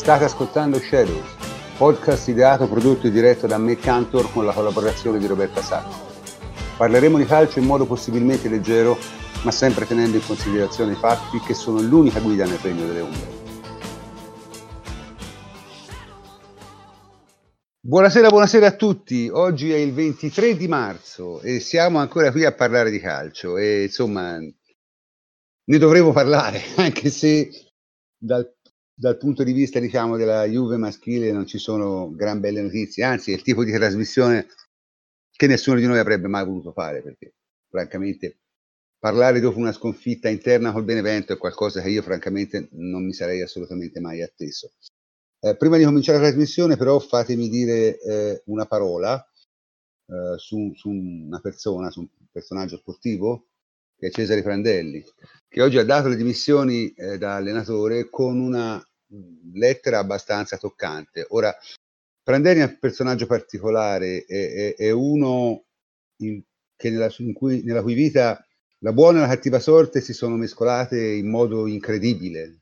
State ascoltando Shadows, podcast ideato, prodotto e diretto da me Cantor con la collaborazione di Roberta Sacco. Parleremo di calcio in modo possibilmente leggero, ma sempre tenendo in considerazione i fatti che sono l'unica guida nel regno delle ombre. Buonasera a tutti, oggi è il 23 di marzo e siamo ancora qui a parlare di calcio e insomma ne dovremo parlare, anche se dal punto di vista diciamo della Juve maschile non ci sono gran belle notizie, anzi è il tipo di trasmissione che nessuno di noi avrebbe mai voluto fare, perché francamente parlare dopo una sconfitta interna col Benevento è qualcosa che io francamente non mi sarei assolutamente mai atteso. Prima di cominciare la trasmissione però fatemi dire una parola su una persona, su un personaggio sportivo che è Cesare Prandelli, che oggi ha dato le dimissioni da allenatore con una lettera abbastanza toccante. Ora, Prandelli è un personaggio particolare, è uno nella cui vita la buona e la cattiva sorte si sono mescolate in modo incredibile.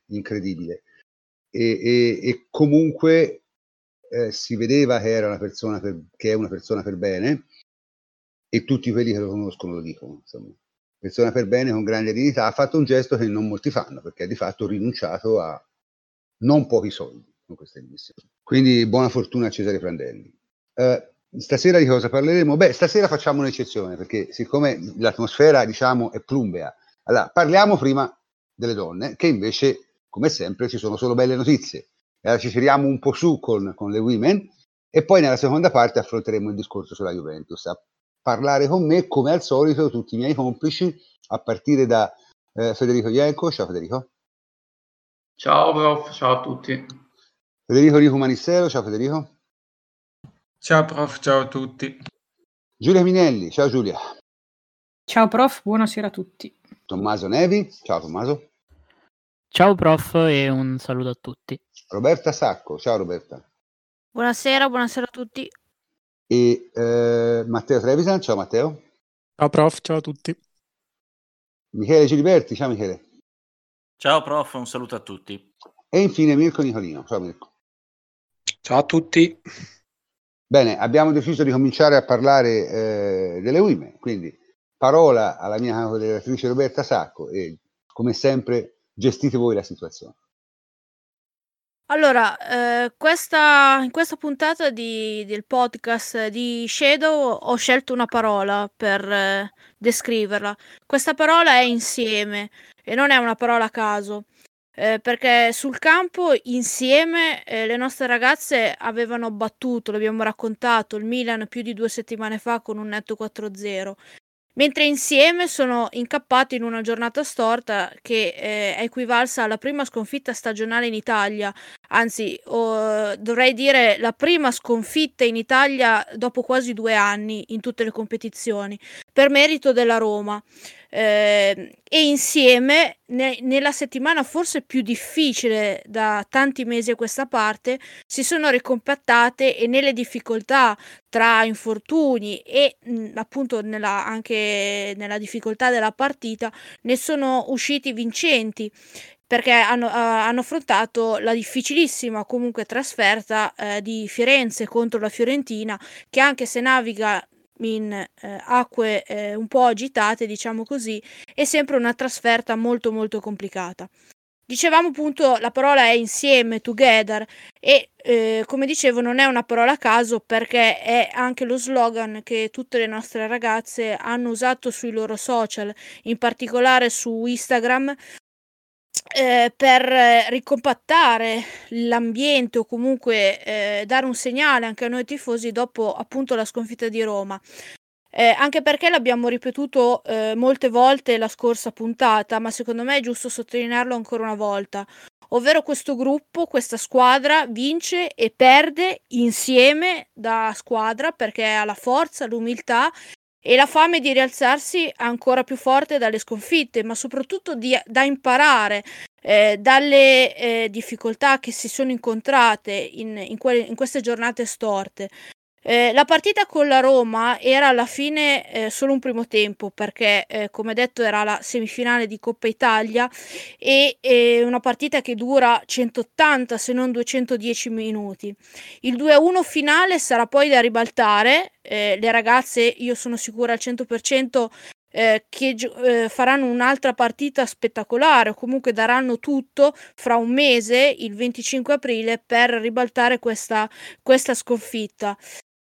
E comunque si vedeva che era una persona che è una persona per bene, e tutti quelli che lo conoscono lo dicono, insomma. Persona per bene con grande dignità, ha fatto un gesto che non molti fanno, perché ha di fatto rinunciato a non pochi soldi con questa dimissione. Quindi buona fortuna a Cesare Prandelli. Stasera di cosa parleremo? Beh, stasera facciamo un'eccezione, perché siccome l'atmosfera, diciamo, è plumbea, allora parliamo prima delle donne, che invece, come sempre, ci sono solo belle notizie. Allora ci tiriamo un po' su con le women, e poi nella seconda parte affronteremo il discorso sulla Juventus. A parlare con me, come al solito, tutti i miei complici, a partire da Federico Ienco. Ciao Federico. Ciao prof, ciao a tutti. Federico Rico Manissero. Ciao Federico. Ciao prof, ciao a tutti. Giulia Minelli. Ciao Giulia. Ciao prof, buonasera a tutti. Tommaso Nevi. Ciao Tommaso. Ciao prof e un saluto a tutti. Roberta Sacco. Ciao Roberta. Buonasera a tutti. E Matteo Trevisan. Ciao Matteo. Ciao prof, ciao a tutti. Michele Giliberti. Ciao Michele. Ciao prof, un saluto a tutti. E infine Mirko Nicolino. Ciao Mirko. Ciao a tutti. Bene, abbiamo deciso di cominciare a parlare delle women, quindi parola alla mia relatrice Roberta Sacco e come sempre gestite voi la situazione. Allora, in questa puntata del podcast di Shadow ho scelto una parola per descriverla. Questa parola è insieme e non è una parola a caso, perché sul campo insieme le nostre ragazze avevano battuto, l'abbiamo raccontato, il Milan più di 2 settimane fa con un netto 4-0. Mentre insieme sono incappati in una giornata storta che è equivalsa alla prima sconfitta stagionale in Italia, anzi dovrei dire la prima sconfitta in Italia dopo quasi 2 anni in tutte le competizioni, per merito della Roma. E insieme nella settimana forse più difficile da tanti mesi a questa parte si sono ricompattate e nelle difficoltà tra infortuni e appunto anche nella difficoltà della partita ne sono usciti vincenti, perché hanno affrontato la difficilissima comunque trasferta di Firenze contro la Fiorentina, che anche se naviga in acque un po' agitate, diciamo così, è sempre una trasferta molto molto complicata. Dicevamo appunto la parola è insieme, together, e come dicevo non è una parola a caso, perché è anche lo slogan che tutte le nostre ragazze hanno usato sui loro social, in particolare su Instagram, per ricompattare l'ambiente o comunque dare un segnale anche a noi tifosi dopo appunto la sconfitta di Roma. Anche perché l'abbiamo ripetuto molte volte la scorsa puntata, ma secondo me è giusto sottolinearlo ancora una volta, ovvero questo gruppo, questa squadra vince e perde insieme da squadra, perché ha la forza, l'umiltà e la fame di rialzarsi ancora più forte dalle sconfitte, ma soprattutto da imparare dalle difficoltà che si sono incontrate in queste giornate storte. La partita con la Roma era alla fine solo un primo tempo perché, come detto, era la semifinale di Coppa Italia e una partita che dura 180 se non 210 minuti. Il 2-1 finale sarà poi da ribaltare, le ragazze io sono sicura al 100% che faranno un'altra partita spettacolare o comunque daranno tutto fra un mese, il 25 aprile, per ribaltare questa sconfitta.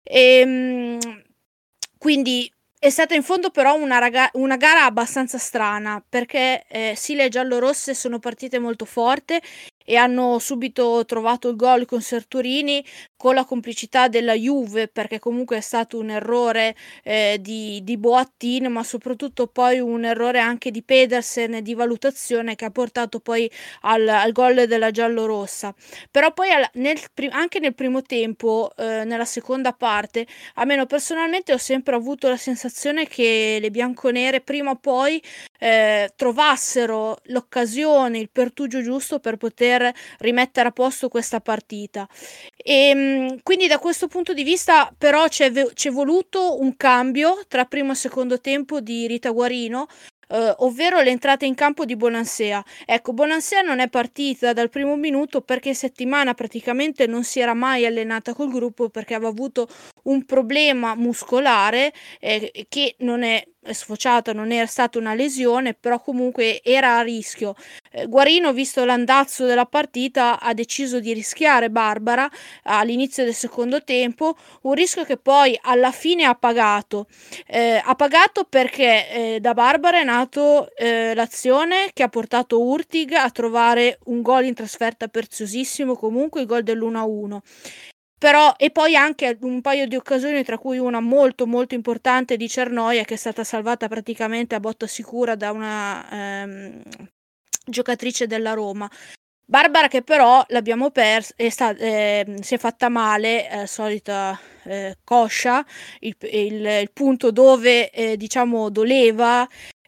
Quindi è stata in fondo però una gara abbastanza strana perché sì, le giallorosse sono partite molto forte e hanno subito trovato il gol con Serturini con la complicità della Juve, perché comunque è stato un errore di Boattin, ma soprattutto poi un errore anche di Pedersen di valutazione che ha portato poi al gol della giallorossa. Però poi anche nel primo tempo, nella seconda parte, almeno personalmente ho sempre avuto la sensazione che le bianconere prima o poi trovassero l'occasione, il pertugio giusto per poter rimettere a posto questa partita. Quindi da questo punto di vista però c'è voluto un cambio tra primo e secondo tempo di Rita Guarino, ovvero l'entrata in campo di Bonansea. Ecco, Bonansea non è partita dal primo minuto perché in settimana praticamente non si era mai allenata col gruppo perché aveva avuto un problema muscolare che non è sfociato, non era stata una lesione, però comunque era a rischio. Guarino, visto l'andazzo della partita, ha deciso di rischiare Barbara all'inizio del secondo tempo, un rischio che poi alla fine ha pagato. Ha pagato perché da Barbara è nato l'azione che ha portato Hurtig a trovare un gol in trasferta preziosissimo, comunque il gol dell'1-1. Però, e poi anche un paio di occasioni, tra cui una molto molto importante di Cernoia che è stata salvata praticamente a botta sicura da una giocatrice della Roma. Barbara che però l'abbiamo persa, si è fatta male, solita coscia, il punto dove diciamo doleva,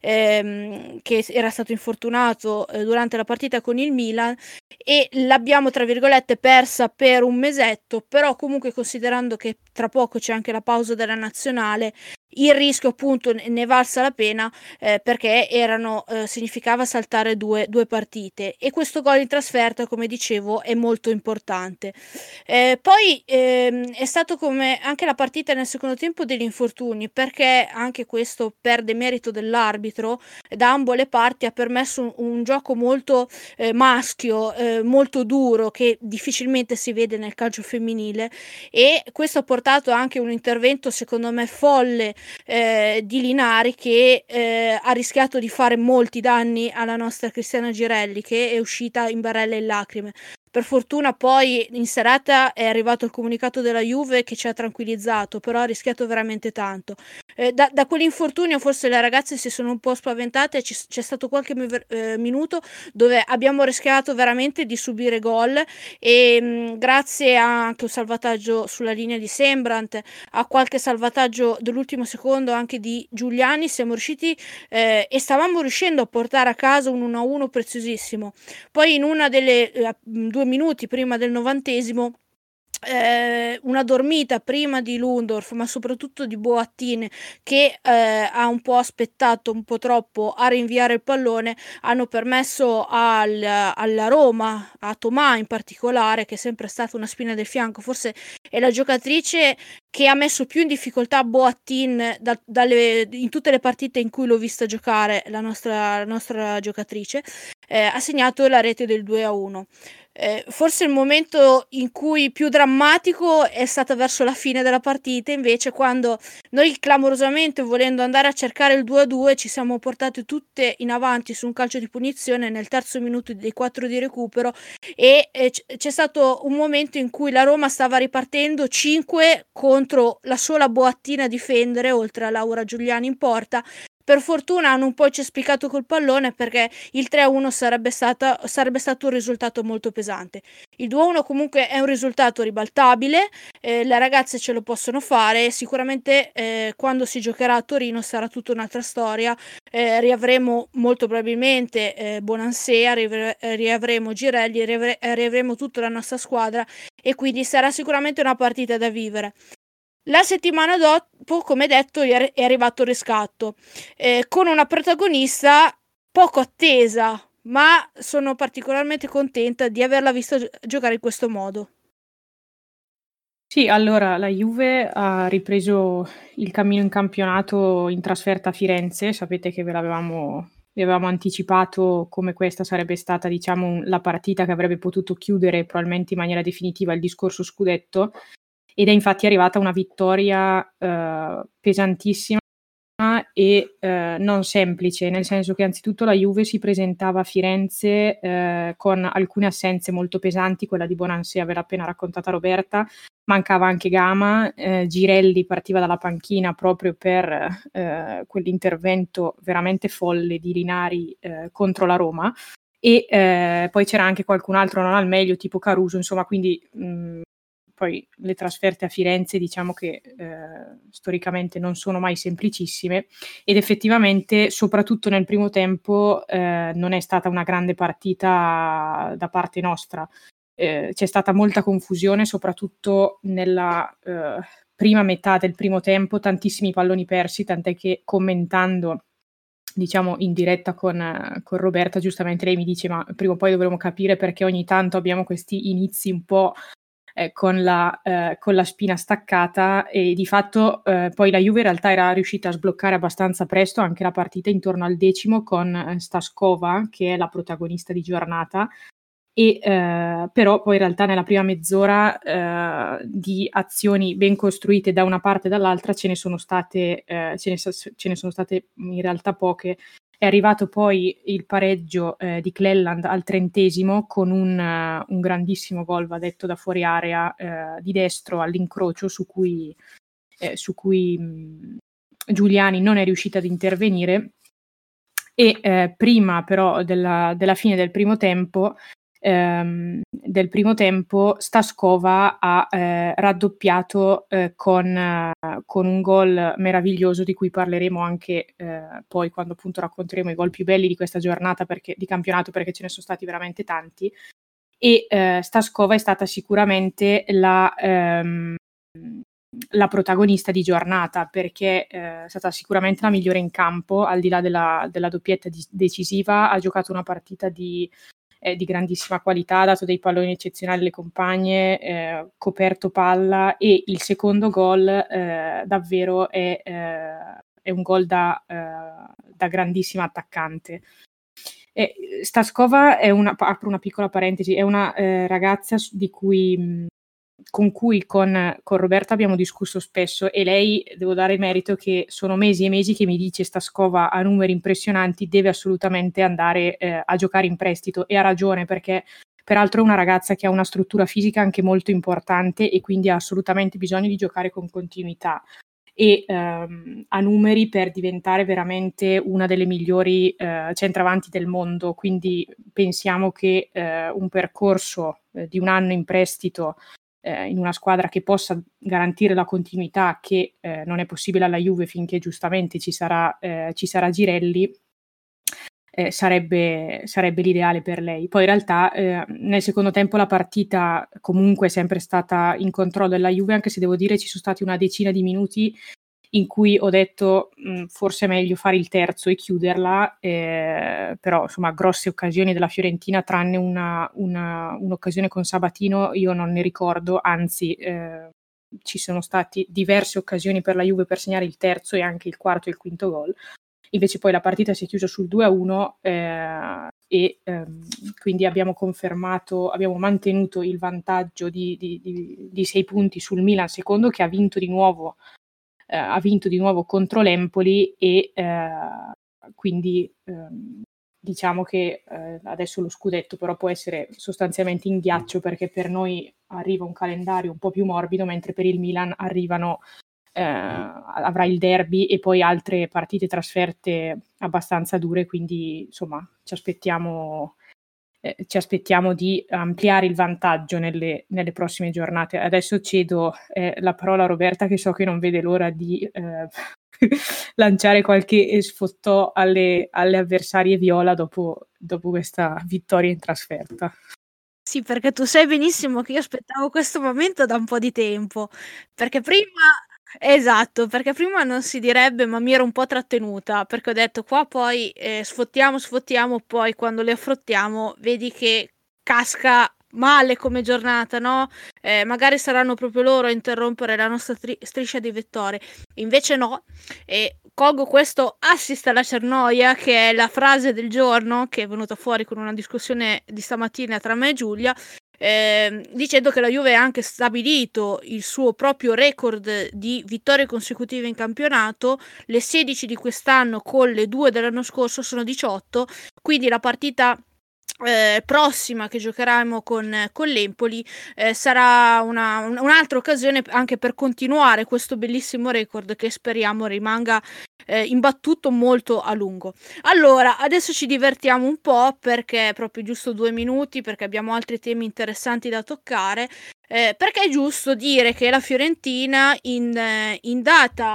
che era stato infortunato durante la partita con il Milan e l'abbiamo tra virgolette persa per un mesetto, però comunque considerando che tra poco c'è anche la pausa della nazionale, il rischio appunto ne valsa la pena perché significava saltare due partite e questo gol in trasferta, come dicevo, è molto importante. Poi è stato come anche la partita nel secondo tempo degli infortuni, perché anche questo per demerito dell'arbitro da ambo le parti ha permesso un gioco molto maschio, molto duro, che difficilmente si vede nel calcio femminile, e questo ha portato anche un intervento secondo me folle di Linari che ha rischiato di fare molti danni alla nostra Cristiana Girelli, che è uscita in barelle e lacrime. Per fortuna poi in serata è arrivato il comunicato della Juve che ci ha tranquillizzato, però ha rischiato veramente tanto. Da quell'infortunio forse le ragazze si sono un po' spaventate, c'è stato qualche minuto dove abbiamo rischiato veramente di subire gol e grazie a anche un salvataggio sulla linea di Sembrant, a qualche salvataggio dell'ultimo secondo anche di Giuliani, siamo riusciti e stavamo riuscendo a portare a casa un 1-1 preziosissimo. Poi in una delle 2 minuti prima del 90esimo una dormita prima di Lundorf, ma soprattutto di Boattin, che ha un po' aspettato un po' troppo a rinviare il pallone, hanno permesso alla Roma, a Tomà in particolare, che è sempre stata una spina del fianco, forse è la giocatrice che ha messo più in difficoltà Boattin in tutte le partite in cui l'ho vista giocare, la nostra giocatrice, ha segnato la rete del 2-1. Forse il momento in cui più drammatico è stato verso la fine della partita, invece, quando noi clamorosamente, volendo andare a cercare il 2-2, ci siamo portate tutte in avanti su un calcio di punizione nel terzo minuto dei 4 di recupero e c'è stato un momento in cui la Roma stava ripartendo 5 contro la sola Boattin a difendere, oltre a Laura Giuliani in porta. Per fortuna hanno un po' cespicato col pallone, perché il 3-1 sarebbe stato un risultato molto pesante. Il 2-1 comunque è un risultato ribaltabile, le ragazze ce lo possono fare, sicuramente quando si giocherà a Torino sarà tutta un'altra storia, riavremo molto probabilmente Bonansea, riavremo Girelli, riavremo tutta la nostra squadra e quindi sarà sicuramente una partita da vivere. La settimana dopo, come detto, è arrivato il riscatto, con una protagonista poco attesa, ma sono particolarmente contenta di averla vista giocare in questo modo. Sì, allora la Juve ha ripreso il cammino in campionato in trasferta a Firenze. Sapete che vi avevamo anticipato come questa sarebbe stata, diciamo, la partita che avrebbe potuto chiudere probabilmente in maniera definitiva il discorso scudetto, ed è infatti arrivata una vittoria pesantissima e non semplice, nel senso che anzitutto la Juve si presentava a Firenze con alcune assenze molto pesanti. Quella di Bonansea ve l'ha appena raccontata Roberta, mancava anche Gama, Girelli partiva dalla panchina proprio per quell'intervento veramente folle di Linari contro la Roma, e poi c'era anche qualcun altro non al meglio, tipo Caruso, insomma, quindi poi le trasferte a Firenze, diciamo che storicamente non sono mai semplicissime, ed effettivamente soprattutto nel primo tempo non è stata una grande partita da parte nostra. C'è stata molta confusione soprattutto nella prima metà del primo tempo, tantissimi palloni persi, tant'è che commentando, diciamo, in diretta con Roberta, giustamente lei mi dice: ma prima o poi dovremo capire perché ogni tanto abbiamo questi inizi un po' con la spina staccata, e di fatto poi la Juve in realtà era riuscita a sbloccare abbastanza presto anche la partita intorno al 10° con Staskova, che è la protagonista di giornata, e però poi in realtà nella prima mezz'ora di azioni ben costruite da una parte e dall'altra ce ne sono state in realtà poche. È arrivato poi il pareggio di Cleland al 30° con un grandissimo gol, va detto, da fuori area di destro all'incrocio, su cui Giuliani non è riuscita ad intervenire, e prima però della fine del primo tempo Staskova ha raddoppiato con un gol meraviglioso, di cui parleremo anche poi quando appunto racconteremo i gol più belli di questa giornata di campionato, perché ce ne sono stati veramente tanti. E Staskova è stata sicuramente la protagonista di giornata, perché è stata sicuramente la migliore in campo, al di là della doppietta decisiva. Ha giocato una partita di grandissima qualità, ha dato dei palloni eccezionali alle compagne, coperto palla, e il secondo gol davvero è un gol da grandissima attaccante. Staskova apro una piccola parentesi, è una ragazza con cui con Roberta abbiamo discusso spesso, e lei, devo dare il merito che sono mesi e mesi che mi dice: Staskova ha numeri impressionanti, deve assolutamente andare a giocare in prestito, e ha ragione, perché peraltro è una ragazza che ha una struttura fisica anche molto importante e quindi ha assolutamente bisogno di giocare con continuità, e ha numeri per diventare veramente una delle migliori centravanti del mondo. Quindi pensiamo che un percorso di un anno in prestito in una squadra che possa garantire la continuità, che non è possibile alla Juve finché giustamente ci sarà Girelli, sarebbe l'ideale per lei. Poi in realtà nel secondo tempo la partita comunque è sempre stata in controllo della Juve, anche se devo dire ci sono stati una decina di minuti in cui ho detto forse è meglio fare il terzo e chiuderla, però insomma grosse occasioni della Fiorentina, tranne un'occasione con Sabatino, io non ne ricordo, anzi ci sono state diverse occasioni per la Juve per segnare il terzo e anche il quarto e il quinto gol. Invece poi la partita si è chiusa sul 2-1 e quindi abbiamo mantenuto il vantaggio di 6 punti sul Milan secondo, che ha vinto di nuovo contro l'Empoli, e quindi diciamo che adesso lo scudetto però può essere sostanzialmente in ghiaccio, perché per noi arriva un calendario un po' più morbido, mentre per il Milan avrà il derby e poi altre partite trasferte abbastanza dure, quindi insomma ci aspettiamo di ampliare il vantaggio nelle prossime giornate. Adesso cedo la parola a Roberta, che so che non vede l'ora di lanciare qualche sfottò alle avversarie viola dopo questa vittoria in trasferta. Sì, perché tu sai benissimo che io aspettavo questo momento da un po' di tempo, perché prima Esatto, perché prima non si direbbe, ma mi ero un po' trattenuta, perché ho detto qua poi sfottiamo, poi quando le affrontiamo vedi che casca male come giornata, no? Magari saranno proprio loro a interrompere la nostra striscia di vittorie. Invece no, e colgo questo assist alla cernoia, che è la frase del giorno, che è venuta fuori con una discussione di stamattina tra me e Giulia, dicendo che la Juve ha anche stabilito il suo proprio record di vittorie consecutive in campionato, le 16 di quest'anno con le 2 dell'anno scorso sono 18, quindi la partita prossima che giocheremo con l'Empoli sarà un'altra occasione anche per continuare questo bellissimo record che speriamo rimanga imbattuto molto a lungo. Allora, adesso ci divertiamo un po', perché è proprio giusto 2 minuti, perché abbiamo altri temi interessanti da toccare, perché è giusto dire che la Fiorentina in data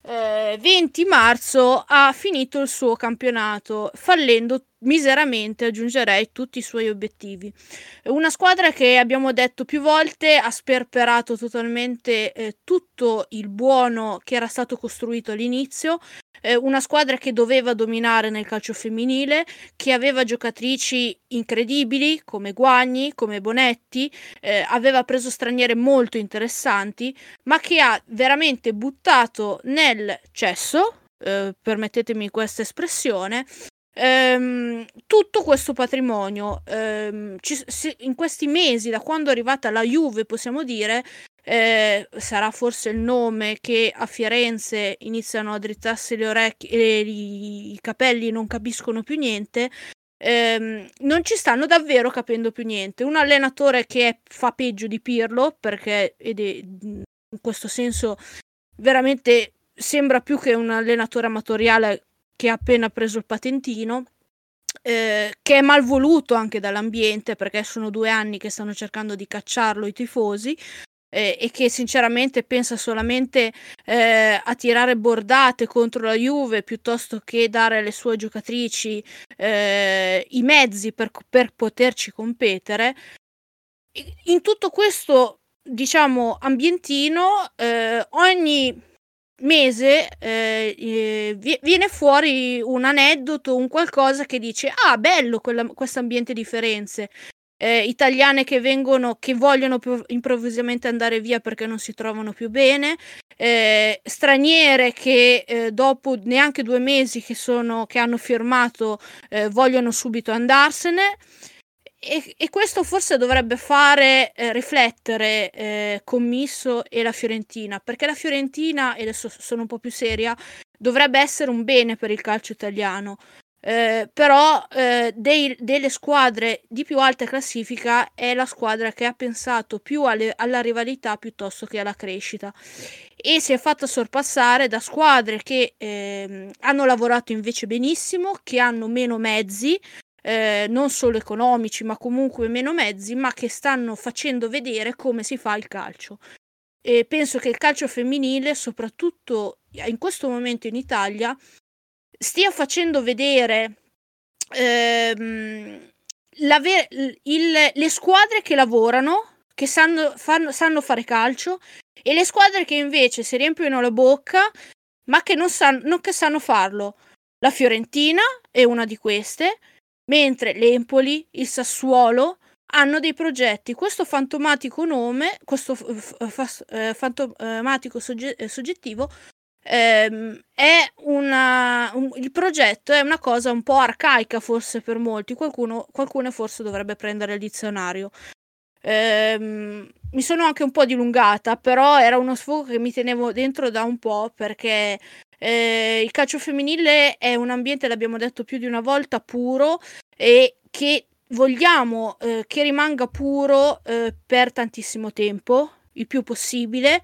20 marzo ha finito il suo campionato, fallendo miseramente, aggiungerei, tutti i suoi obiettivi. Una squadra che, abbiamo detto più volte, ha sperperato totalmente tutto il buono che era stato costruito all'inizio, una squadra che doveva dominare nel calcio femminile, che aveva giocatrici incredibili come Guagni, come Bonetti, aveva preso straniere molto interessanti, ma che ha veramente buttato nel cesso, permettetemi questa espressione, tutto questo patrimonio. In questi mesi, da quando è arrivata la Juve, possiamo dire, sarà forse il nome che a Firenze iniziano a drittarsi le orecchie e i capelli, non capiscono più niente. Non ci stanno davvero capendo più niente. Un allenatore che fa peggio di Pirlo, perché in questo senso veramente sembra più che un allenatore amatoriale che ha appena preso il patentino, che è malvoluto anche dall'ambiente, perché sono 2 anni che stanno cercando di cacciarlo i tifosi, e che sinceramente pensa solamente a tirare bordate contro la Juve, piuttosto che dare alle sue giocatrici i mezzi per poterci competere. In tutto questo, diciamo, ambientino, ogni mese viene fuori un aneddoto, un qualcosa che dice: ah, bello questo ambiente di Firenze, italiane che vogliono improvvisamente andare via perché non si trovano più bene, straniere che dopo neanche 2 mesi che hanno firmato vogliono subito andarsene. E questo forse dovrebbe fare riflettere Commisso e la Fiorentina, perché la Fiorentina, e adesso sono un po' più seria, dovrebbe essere un bene per il calcio italiano, però delle squadre di più alta classifica è la squadra che ha pensato più alla rivalità piuttosto che alla crescita, e si è fatta sorpassare da squadre che hanno lavorato invece benissimo, che hanno meno mezzi, non solo economici, ma comunque meno mezzi, ma che stanno facendo vedere come si fa il calcio. E penso che il calcio femminile, soprattutto in questo momento in Italia, stia facendo vedere le squadre che lavorano, che sanno fare calcio, e le squadre che invece si riempiono la bocca, ma che non sanno farlo. La Fiorentina è una di queste, mentre l'Empoli, il Sassuolo hanno dei progetti. Questo fantomatico nome, questo fantomatico soggettivo, il progetto è una cosa un po' arcaica forse per molti, qualcuno forse dovrebbe prendere il dizionario. Mi sono anche un po' dilungata, però era uno sfogo che mi tenevo dentro da un po', perché il calcio femminile è un ambiente, l'abbiamo detto più di una volta, puro, e che vogliamo che rimanga puro per tantissimo tempo, il più possibile.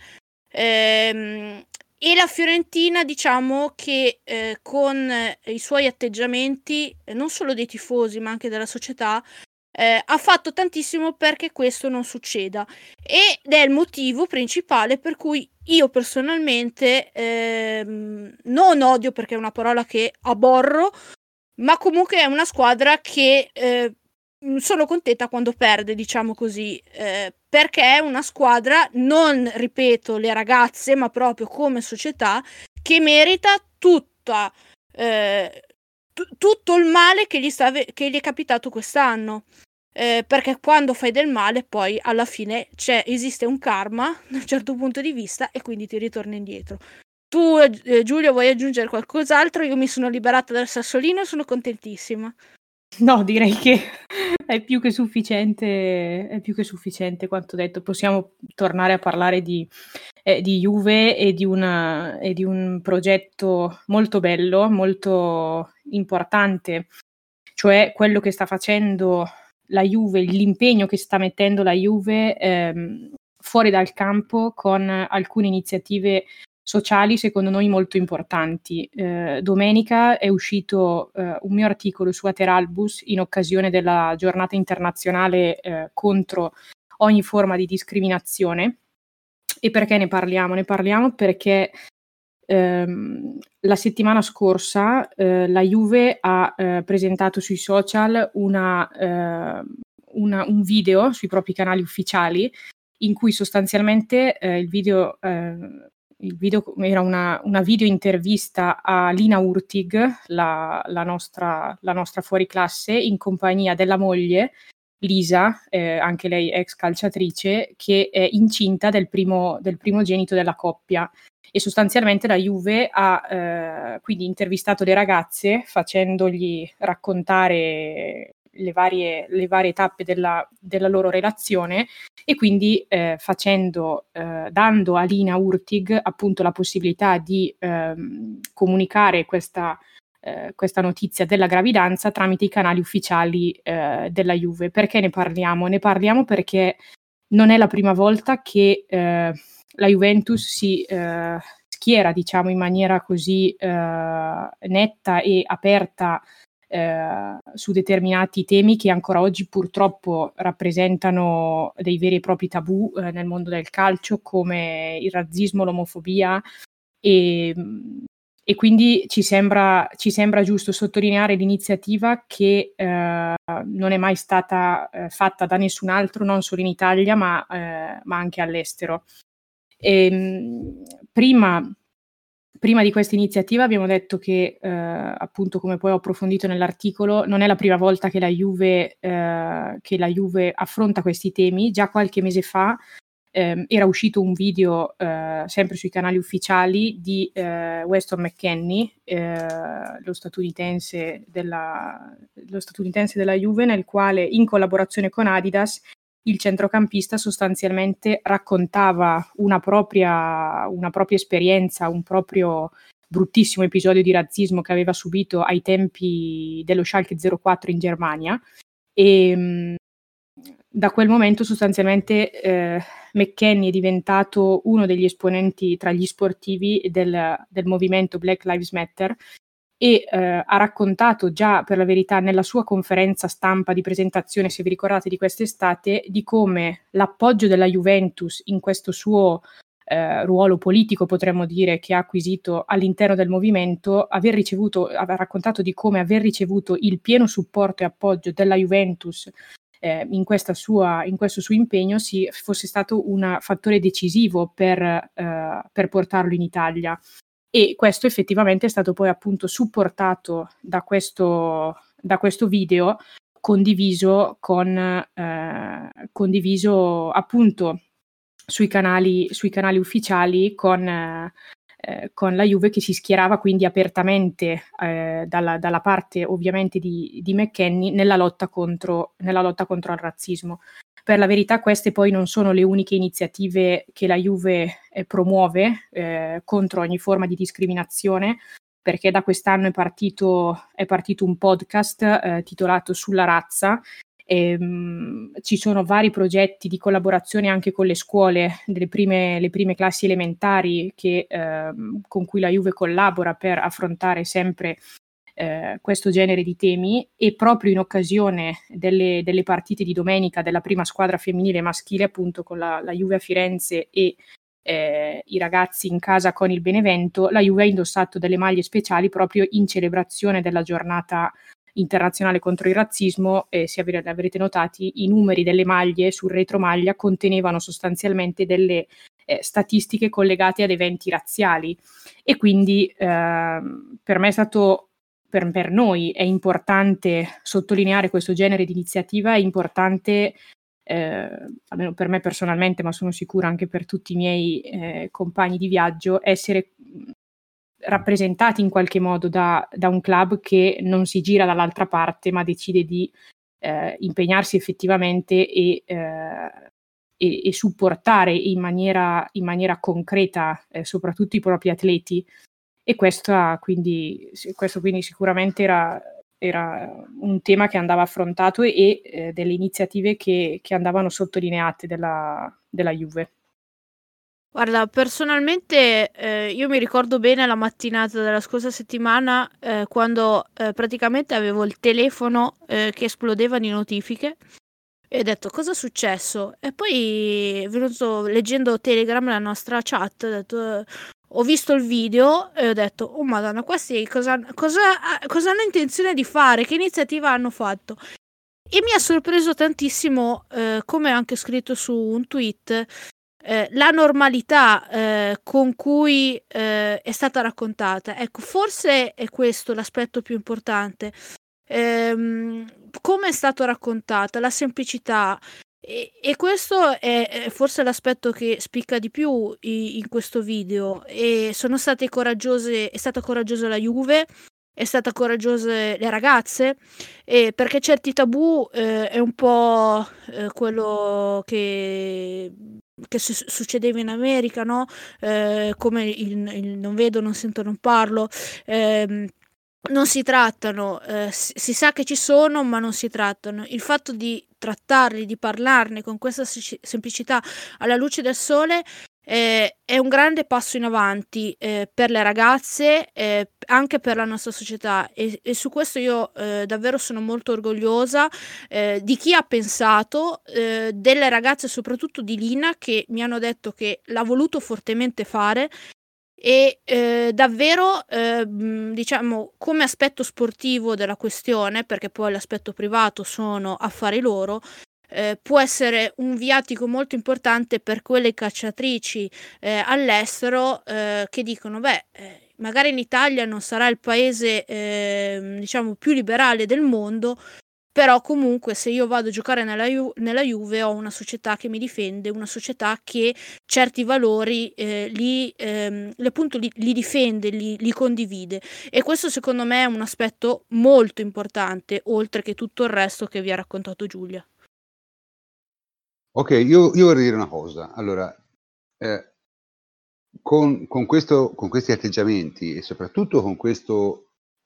E la Fiorentina, diciamo che con i suoi atteggiamenti, non solo dei tifosi ma anche della società, ha fatto tantissimo perché questo non succeda, ed è il motivo principale per cui io personalmente non odio, perché è una parola che aborro, ma comunque è una squadra che sono contenta quando perde, diciamo così, perché è una squadra, non ripeto le ragazze, ma proprio come società, che merita tutto il male che gli è capitato quest'anno. Perché quando fai del male poi alla fine esiste un karma da un certo punto di vista e quindi ti ritorna indietro. Tu Giulio vuoi aggiungere qualcos'altro? Io mi sono liberata dal sassolino e sono contentissima. No, direi che è più che sufficiente quanto detto. Possiamo tornare a parlare di Juve e di un progetto molto bello, molto importante, cioè quello che sta facendo la Juve, l'impegno che sta mettendo la Juve fuori dal campo con alcune iniziative sociali secondo noi molto importanti. Domenica è uscito un mio articolo su Ateralbus in occasione della giornata internazionale contro ogni forma di discriminazione. E perché ne parliamo? Ne parliamo perché la settimana scorsa la Juve ha presentato sui social un video sui propri canali ufficiali in cui sostanzialmente il video era una video intervista a Lina Hurtig, la nostra fuoriclasse, in compagnia della moglie Lisa, anche lei ex calciatrice, che è incinta del primogenito della coppia. E sostanzialmente la Juve ha quindi intervistato le ragazze facendogli raccontare le varie tappe della loro relazione e quindi dando a Lina Hurtig appunto la possibilità di comunicare questa notizia della gravidanza tramite i canali ufficiali della Juve. Perché ne parliamo? Ne parliamo perché non è la prima volta che la Juventus si schiera, diciamo, in maniera così netta e aperta su determinati temi che ancora oggi purtroppo rappresentano dei veri e propri tabù nel mondo del calcio, come il razzismo, l'omofobia e quindi ci sembra giusto sottolineare l'iniziativa che non è mai stata fatta da nessun altro, non solo in Italia ma anche all'estero. Prima di questa iniziativa abbiamo detto che appunto, come poi ho approfondito nell'articolo, non è la prima volta che la Juve affronta questi temi. Già qualche mese fa era uscito un video sempre sui canali ufficiali di Weston McKennie, lo statunitense della Juve, nel quale, in collaborazione con Adidas, il centrocampista sostanzialmente raccontava una propria esperienza, un proprio bruttissimo episodio di razzismo che aveva subito ai tempi dello Schalke 04 in Germania, e da quel momento sostanzialmente McKennie è diventato uno degli esponenti tra gli sportivi del movimento Black Lives Matter e ha raccontato già, per la verità, nella sua conferenza stampa di presentazione, se vi ricordate, di quest'estate, di come l'appoggio della Juventus in questo suo ruolo politico, potremmo dire, che ha acquisito all'interno del movimento, aveva raccontato di come aver ricevuto il pieno supporto e appoggio della Juventus in questo suo impegno fosse stato un fattore decisivo per portarlo in Italia. E questo effettivamente è stato poi appunto supportato da questo video condiviso appunto sui canali ufficiali con la Juve, che si schierava quindi apertamente dalla parte ovviamente di McKennie nella lotta contro il razzismo. Per la verità queste poi non sono le uniche iniziative che la Juve promuove contro ogni forma di discriminazione, perché da quest'anno è partito un podcast titolato Sulla razza. Ci sono vari progetti di collaborazione anche con le scuole le prime classi elementari con cui la Juve collabora per affrontare sempre questo genere di temi, e proprio in occasione delle partite di domenica della prima squadra femminile maschile, appunto con la Juve a Firenze e i ragazzi in casa con il Benevento, la Juve ha indossato delle maglie speciali proprio in celebrazione della giornata internazionale contro il razzismo, se avrete notati, i numeri delle maglie sul retromaglia contenevano sostanzialmente delle statistiche collegate ad eventi razziali, e quindi per me è stato, per noi è importante sottolineare questo genere di iniziativa, è importante, almeno per me personalmente, ma sono sicura anche per tutti i miei compagni di viaggio, essere rappresentati in qualche modo da un club che non si gira dall'altra parte, ma decide di impegnarsi effettivamente e supportare in maniera concreta soprattutto i propri atleti. E questo quindi sicuramente era un tema che andava affrontato e delle iniziative che andavano sottolineate della Juve. Guarda, personalmente io mi ricordo bene la mattinata della scorsa settimana quando praticamente avevo il telefono che esplodeva di notifiche e ho detto cosa è successo? E poi venuto leggendo Telegram, la nostra chat, ho detto, ho visto il video e ho detto oh madonna, questi cosa hanno intenzione di fare? Che iniziativa hanno fatto? E mi ha sorpreso tantissimo, come ho anche scritto su un tweet, la normalità con cui è stata raccontata. Ecco, forse è questo l'aspetto più importante. Come è stato raccontata, la semplicità, e questo è forse l'aspetto che spicca di più in questo video. E sono state coraggiose, è stata coraggiosa la Juve, è stata coraggiose le ragazze, perché certi tabù è un po' quello che succedeva in America, no? Come il non vedo, non sento, non parlo. Non si trattano, si sa che ci sono, ma non si trattano. Il fatto di trattarli, di parlarne con questa semplicità alla luce del sole è un grande passo in avanti per le ragazze, anche per la nostra società, e su questo io davvero sono molto orgogliosa di chi ha pensato, delle ragazze, soprattutto di Lina, che mi hanno detto che l'ha voluto fortemente fare. E davvero diciamo, come aspetto sportivo della questione, perché poi l'aspetto privato sono affari loro, può essere un viatico molto importante per quelle cacciatrici all'estero che dicono magari in Italia non sarà il paese diciamo più liberale del mondo, però comunque se io vado a giocare nella Juve ho una società che mi difende, una società che certi valori li difende, li condivide, e questo secondo me è un aspetto molto importante, oltre che tutto il resto che vi ha raccontato Giulia. Ok, io vorrei dire una cosa. Allora, con questi atteggiamenti e soprattutto con questo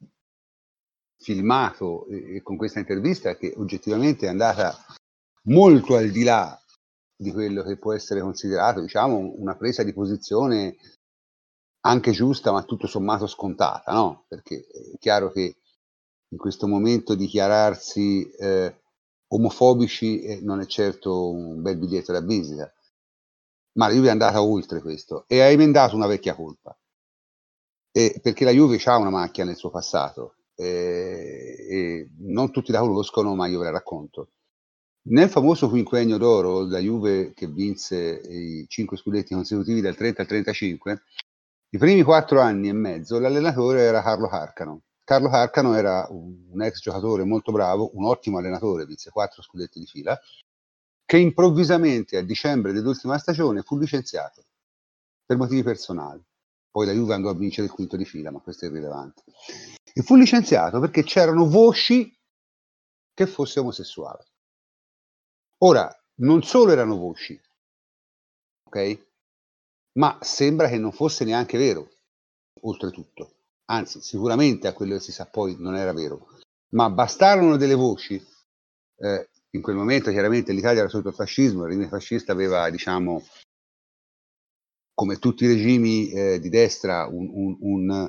filmato e con questa intervista che oggettivamente è andata molto al di là di quello che può essere considerato, diciamo, una presa di posizione anche giusta, ma tutto sommato scontata, no? Perché è chiaro che in questo momento dichiararsi omofobici non è certo un bel biglietto da visita, ma la Juve è andata oltre questo e ha emendato una vecchia colpa, perché la Juve ha una macchia nel suo passato, e non tutti la conoscono, ma io ve la racconto. Nel famoso quinquennio d'oro, la Juve che vinse i 5 scudetti consecutivi dal 30 al 35, i primi 4 anni e mezzo l'allenatore era Carlo Carcano. Carlo Carcano era un ex giocatore molto bravo, un ottimo allenatore, vinse 4 scudetti di fila, che improvvisamente a dicembre dell'ultima stagione fu licenziato per motivi personali. Poi la Juve andò a vincere il quinto di fila, ma questo è irrilevante. E fu licenziato perché c'erano voci che fosse omosessuale. Ora, non solo erano voci, ok? Ma sembra che non fosse neanche vero, oltretutto. Anzi, sicuramente a quello che si sa poi non era vero. Ma bastarono delle voci. In quel momento chiaramente l'Italia era sotto il fascismo, il regime fascista aveva, diciamo, come tutti i regimi di destra, un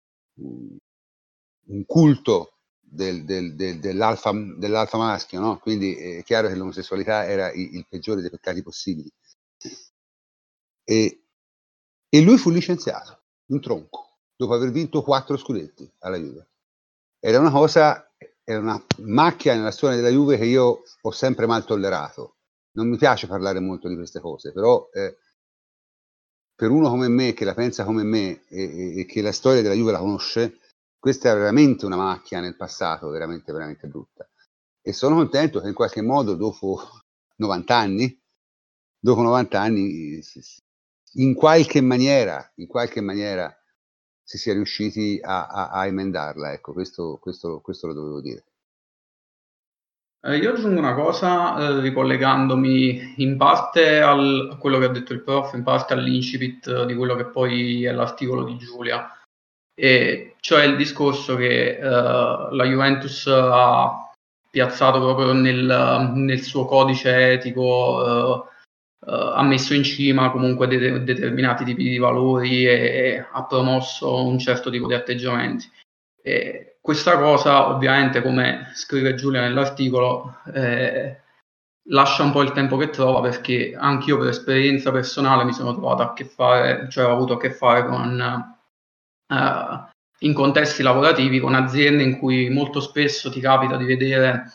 culto dell'alfa maschio, no? Quindi è chiaro che l'omosessualità era il peggiore dei peccati possibili. E lui fu licenziato in tronco dopo aver vinto 4 scudetti alla Juve. Era una cosa è una macchia nella storia della Juve che io ho sempre mal tollerato. Non mi piace parlare molto di queste cose, però per uno come me, che la pensa come me e che la storia della Juve la conosce, questa è veramente una macchia nel passato, veramente, veramente brutta. E sono contento che in qualche modo dopo 90 anni, in qualche maniera si sia riusciti a emendarla. Ecco, questo lo dovevo dire. Io aggiungo una cosa, ricollegandomi in parte a quello che ha detto il prof, in parte all'incipit di quello che poi è l'articolo di Giulia, e cioè il discorso che la Juventus ha piazzato proprio nel suo codice etico, ha messo in cima comunque determinati tipi di valori e ha promosso un certo tipo di atteggiamenti. E questa cosa, ovviamente, come scrive Giulia nell'articolo, lascia un po' il tempo che trova, perché anch'io per esperienza personale mi sono trovato a che fare, cioè ho avuto a che fare con in contesti lavorativi con aziende in cui molto spesso ti capita di vedere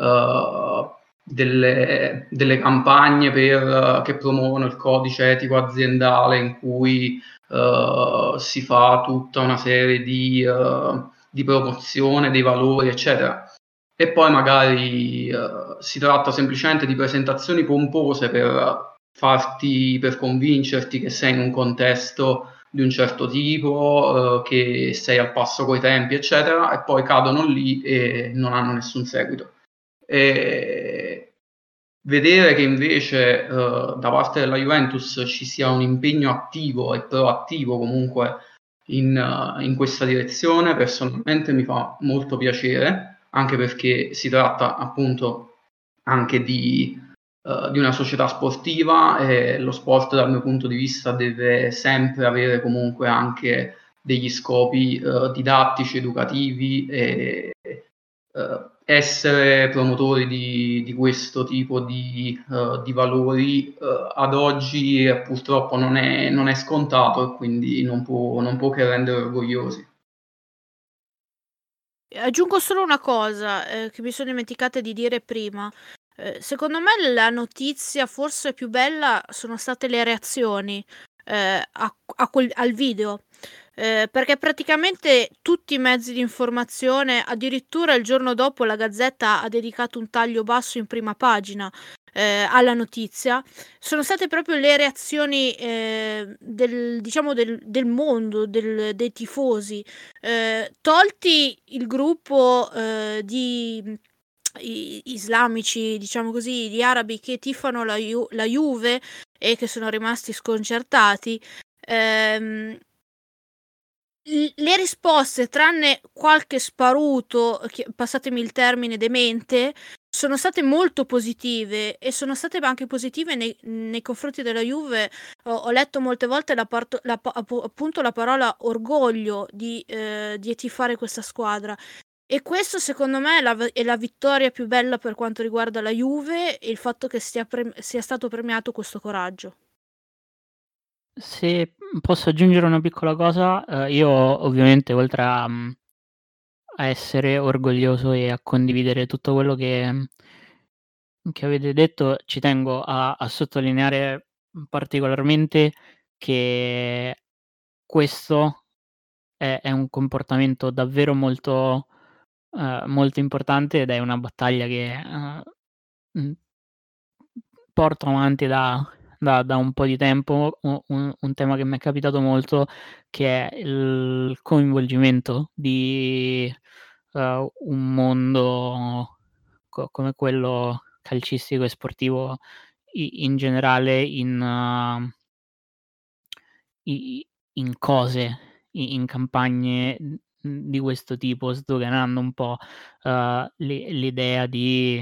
delle campagne che promuovono il codice etico aziendale, in cui si fa tutta una serie di promozione dei valori, eccetera. E poi magari si tratta semplicemente di presentazioni pompose per convincerti che sei in un contesto di un certo tipo, che sei al passo coi tempi, eccetera, e poi cadono lì e non hanno nessun seguito. E vedere che invece da parte della Juventus ci sia un impegno attivo e proattivo comunque in questa direzione, personalmente mi fa molto piacere, anche perché si tratta appunto anche di una società sportiva, e lo sport dal mio punto di vista deve sempre avere comunque anche degli scopi didattici, educativi, e essere promotori di questo tipo di valori ad oggi purtroppo non è scontato, e quindi non può che rendere orgogliosi. Aggiungo solo una cosa che mi sono dimenticata di dire prima. Secondo me la notizia forse più bella sono state le reazioni al video. Perché praticamente tutti i mezzi di informazione, addirittura il giorno dopo la Gazzetta ha dedicato un taglio basso in prima pagina alla notizia, sono state proprio le reazioni del mondo, dei tifosi, tolti il gruppo di islamici, diciamo così, di arabi che tifano la Juve e che sono rimasti sconcertati. Le risposte, tranne qualche sparuto, passatemi il termine, demente, sono state molto positive, e sono state anche positive nei confronti della Juve. Ho letto molte volte appunto la parola orgoglio di tifare questa squadra, e questo secondo me è la vittoria più bella per quanto riguarda la Juve, e il fatto che sia stato premiato questo coraggio. Se posso aggiungere una piccola cosa, io ovviamente oltre a essere orgoglioso e a condividere tutto quello che avete detto, ci tengo a sottolineare particolarmente che questo è un comportamento davvero molto molto importante, ed è una battaglia che mhmm porto avanti da un po' di tempo. Un tema che m'è capitato molto, che è il coinvolgimento di un mondo come quello calcistico e sportivo in generale, i in cose, in campagne, di questo tipo, sdoganando un po' l'idea di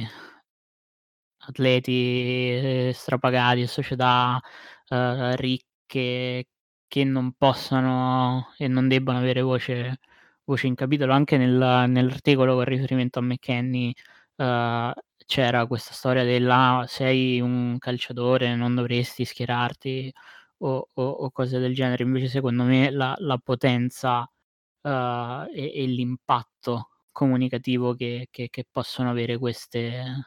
atleti, strapagati e società ricche che non possano e non debbano avere voce in capitolo. Anche nell'articolo con riferimento a McKennie, c'era questa storia della: "Sei un calciatore, non dovresti schierarti", o cose del genere. Invece secondo me la potenza e l'impatto comunicativo che possono avere queste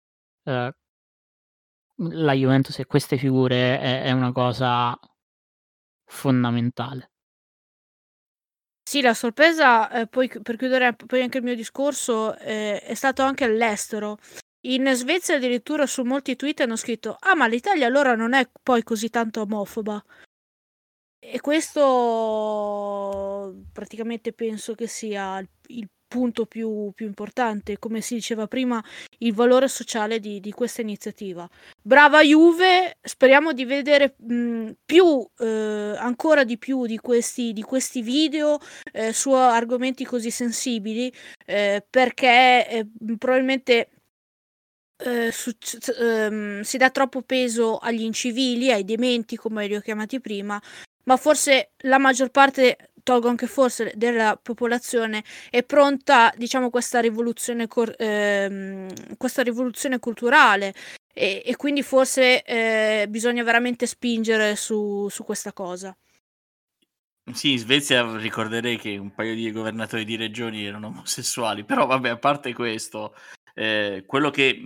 la Juventus e queste figure è una cosa fondamentale. Sì, la sorpresa, poi per chiudere poi anche il mio discorso, è stato anche all'estero. In Svezia addirittura su molti tweet hanno scritto: "Ah, ma l'Italia allora non è poi così tanto omofoba". E questo praticamente penso che sia il punto più importante, come si diceva prima, il valore sociale di questa iniziativa. Brava Juve, speriamo di vedere più, ancora di più di questi video su argomenti così sensibili, perché probabilmente si dà troppo peso agli incivili, ai dementi, come li ho chiamati prima, ma forse la maggior parte, tolgo anche forse, della popolazione è pronta, diciamo, questa rivoluzione culturale e quindi forse bisogna veramente spingere su questa cosa. Sì, in Svezia ricorderei che un paio di governatori di regioni erano omosessuali, però vabbè, a parte questo, quello che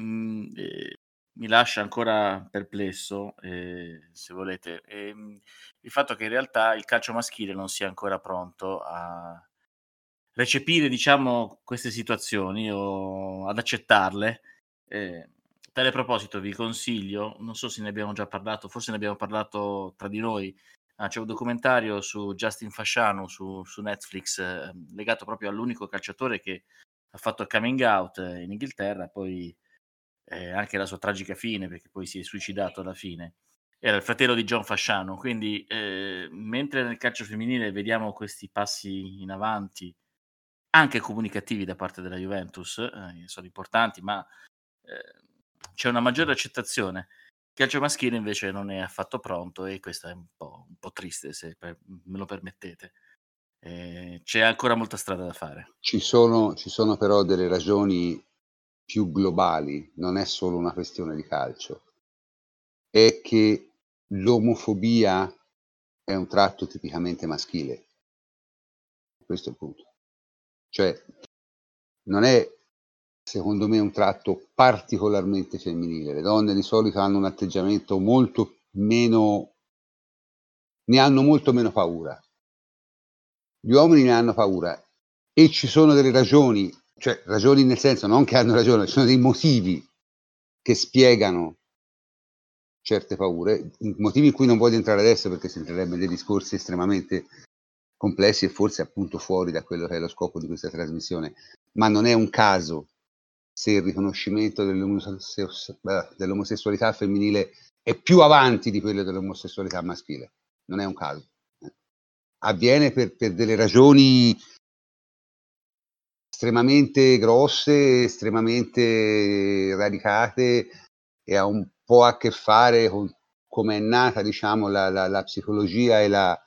mi lascia ancora perplesso, se volete, il fatto che in realtà il calcio maschile non sia ancora pronto a recepire, diciamo, queste situazioni o ad accettarle. A tale proposito vi consiglio, non so se ne abbiamo già parlato, forse ne abbiamo parlato tra di noi, c'è un documentario su Justin Fasciano su Netflix, legato proprio all'unico calciatore che ha fatto il coming out in Inghilterra, poi anche la sua tragica fine, perché poi si è suicidato alla fine. Era il fratello di John Fasciano, quindi mentre nel calcio femminile vediamo questi passi in avanti, anche comunicativi da parte della Juventus, sono importanti, ma c'è una maggiore accettazione. Il calcio maschile invece non è affatto pronto e questo è un po' triste, se me lo permettete. C'è ancora molta strada da fare. Ci sono però delle ragioni più globali, non è solo una questione di calcio. È che l'omofobia è un tratto tipicamente maschile. Questo è il punto. Cioè, non è, secondo me, un tratto particolarmente femminile. Le donne di solito hanno un atteggiamento molto meno, ne hanno molto meno paura. Gli uomini ne hanno paura e ci sono delle ragioni, cioè ragioni nel senso non che hanno ragione, ci sono dei motivi che spiegano certe paure, motivi in cui non voglio entrare adesso perché si entrerebbe in dei discorsi estremamente complessi e forse appunto fuori da quello che è lo scopo di questa trasmissione, ma non è un caso se il riconoscimento dell'omosessualità femminile è più avanti di quello dell'omosessualità maschile, non è un caso. Avviene per delle ragioni estremamente grosse, estremamente radicate e ha un po' a che fare con come è nata, diciamo, la psicologia e la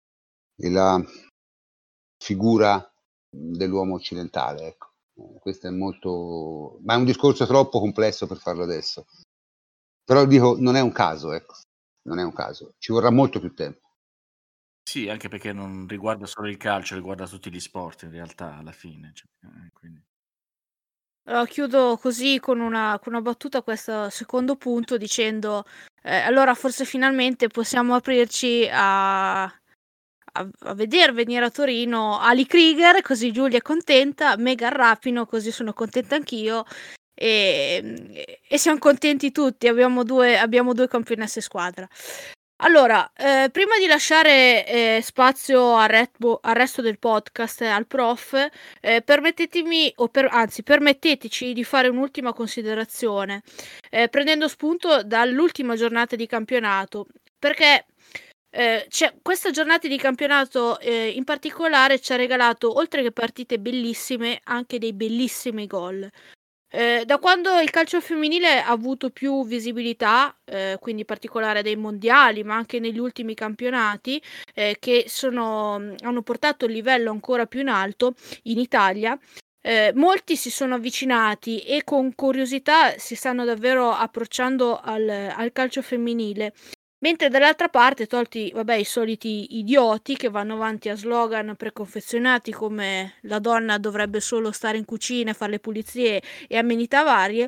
figura dell'uomo occidentale, ecco. Questo è molto, ma è un discorso troppo complesso per farlo adesso. Però dico, non è un caso, ecco. Non è un caso. Ci vorrà molto più tempo. Sì, anche perché non riguarda solo il calcio, riguarda tutti gli sport in realtà alla fine. Quindi. Allora, chiudo così con una battuta questo secondo punto dicendo allora forse finalmente possiamo aprirci a veder venire a Torino Ali Krieger, così Giulia è contenta, Megan Rapinoe, così sono contenta anch'io e siamo contenti tutti, abbiamo due campionesse squadra. Allora, prima di lasciare spazio al resto del podcast, al prof, permettetemi, permetteteci di fare un'ultima considerazione, prendendo spunto dall'ultima giornata di campionato, perché questa giornata di campionato in particolare ci ha regalato, oltre che partite bellissime, anche dei bellissimi gol. Da quando il calcio femminile ha avuto più visibilità, quindi in particolare dei mondiali, ma anche negli ultimi campionati, che hanno portato il livello ancora più in alto in Italia, molti si sono avvicinati e con curiosità si stanno davvero approcciando al calcio femminile. Mentre dall'altra parte, tolti i soliti idioti che vanno avanti a slogan preconfezionati come la donna dovrebbe solo stare in cucina, fare le pulizie e amenità varie,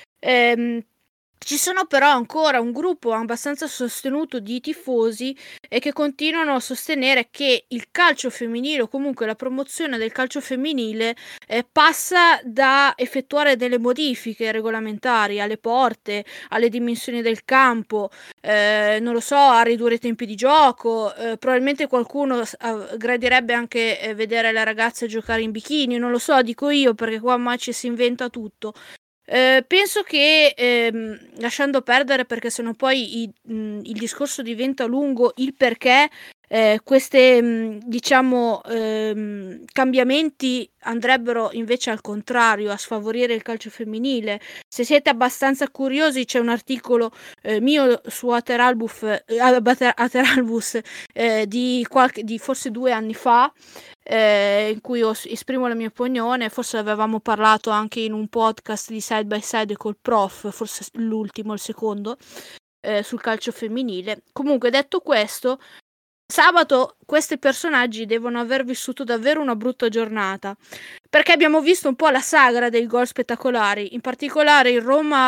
ci sono però ancora un gruppo abbastanza sostenuto di tifosi che continuano a sostenere che il calcio femminile o comunque la promozione del calcio femminile passa da effettuare delle modifiche regolamentari alle porte, alle dimensioni del campo, non lo so, a ridurre i tempi di gioco, probabilmente qualcuno gradirebbe anche vedere le ragazze giocare in bikini, non lo so, dico io perché qua Maci si inventa tutto. Penso che lasciando perdere, perché sennò poi il discorso diventa lungo, il perché queste cambiamenti andrebbero invece al contrario a sfavorire il calcio femminile. Se siete abbastanza curiosi, c'è un articolo mio su Ateralbus di forse 2 anni fa, in cui esprimo la mia opinione. Forse avevamo parlato anche in un podcast di Side by Side col prof, forse l'ultimo, il secondo, sul calcio femminile. Comunque, detto questo, sabato questi personaggi devono aver vissuto davvero una brutta giornata, perché abbiamo visto un po' la sagra dei gol spettacolari, in particolare il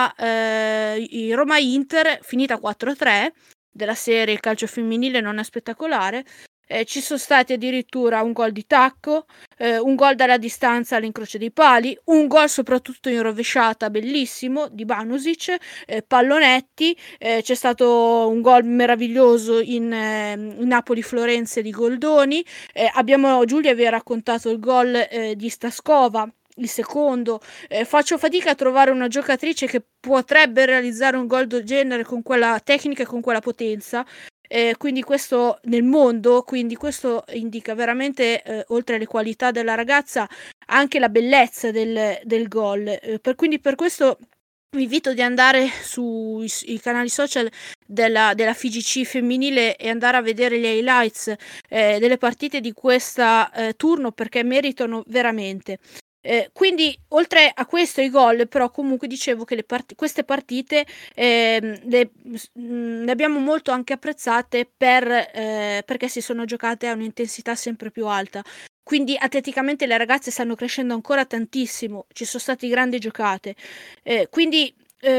Roma-Inter finita 4-3 della serie. Il calcio femminile non è spettacolare. Ci sono stati addirittura un gol di tacco, un gol dalla distanza all'incrocio dei pali, un gol soprattutto in rovesciata bellissimo di Banusic, pallonetti, c'è stato un gol meraviglioso in Napoli-Florenze di Goldoni, Giulia vi ha raccontato il gol di Staskova, il secondo. Faccio fatica a trovare una giocatrice che potrebbe realizzare un gol del genere con quella tecnica e con quella potenza. Quindi questo nel mondo, quindi questo indica veramente, oltre alle qualità della ragazza, anche la bellezza del gol. Quindi per questo vi invito di andare sui canali social della FIGC femminile e andare a vedere gli highlights delle partite di questa turno, perché meritano veramente. Quindi oltre a questo i gol, però comunque dicevo che queste partite le abbiamo molto anche apprezzate perché si sono giocate a un'intensità sempre più alta. Quindi atleticamente le ragazze stanno crescendo ancora tantissimo, ci sono state grandi giocate. Quindi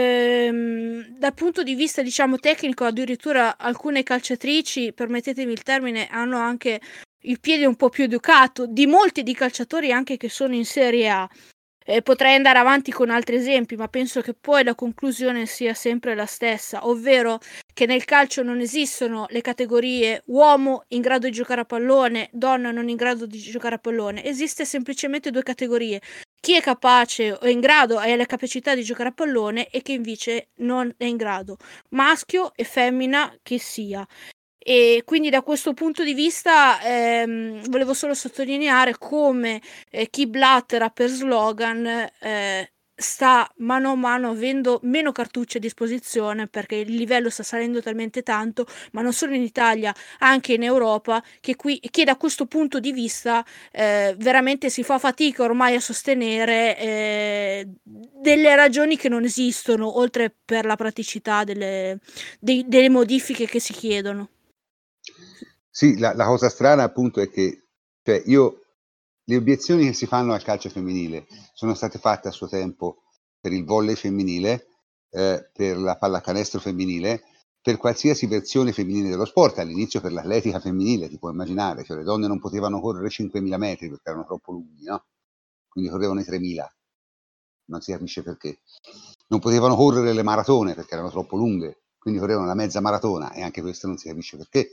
dal punto di vista diciamo tecnico, addirittura alcune calciatrici, permettetemi il termine, hanno anche il piede un po' più educato di molti di calciatori anche che sono in Serie A. Potrei andare avanti con altri esempi, ma penso che poi la conclusione sia sempre la stessa, ovvero che nel calcio non esistono le categorie uomo in grado di giocare a pallone, donna non in grado di giocare a pallone. Esiste semplicemente 2 categorie: chi è capace o è in grado, ha la capacità di giocare a pallone, e chi invece non è in grado, maschio e femmina che sia. E quindi da questo punto di vista volevo solo sottolineare come chi blattera per slogan sta mano a mano avendo meno cartucce a disposizione, perché il livello sta salendo talmente tanto, ma non solo in Italia, anche in Europa, che da questo punto di vista veramente si fa fatica ormai a sostenere delle ragioni che non esistono, oltre per la praticità delle modifiche che si chiedono. Sì, la cosa strana appunto è che le obiezioni che si fanno al calcio femminile sono state fatte a suo tempo per il volley femminile, per la pallacanestro femminile, per qualsiasi versione femminile dello sport, all'inizio per l'atletica femminile, ti puoi immaginare, cioè le donne non potevano correre 5.000 metri perché erano troppo lunghi, no? Quindi correvano i 3.000, non si capisce perché. Non potevano correre le maratone perché erano troppo lunghe, quindi correvano la mezza maratona, e anche questo non si capisce perché.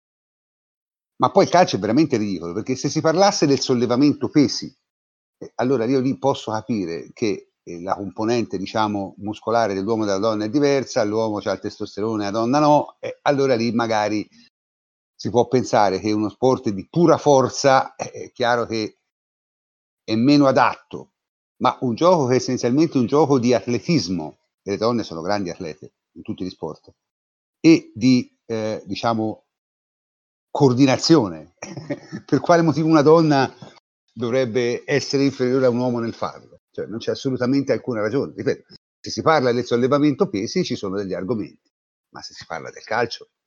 Ma poi il calcio è veramente ridicolo, perché se si parlasse del sollevamento pesi, allora io lì posso capire che la componente, diciamo, muscolare dell'uomo e della donna è diversa, l'uomo c'ha il testosterone, la donna no, e allora lì magari si può pensare che uno sport di pura forza è chiaro che è meno adatto, ma un gioco che è essenzialmente un gioco di atletismo, e le donne sono grandi atlete in tutti gli sport, e di, diciamo, coordinazione. Per quale motivo una donna dovrebbe essere inferiore a un uomo nel farlo? Cioè, non c'è assolutamente alcuna ragione. Ripeto, se si parla del sollevamento pesi ci sono degli argomenti, ma se si parla del calcio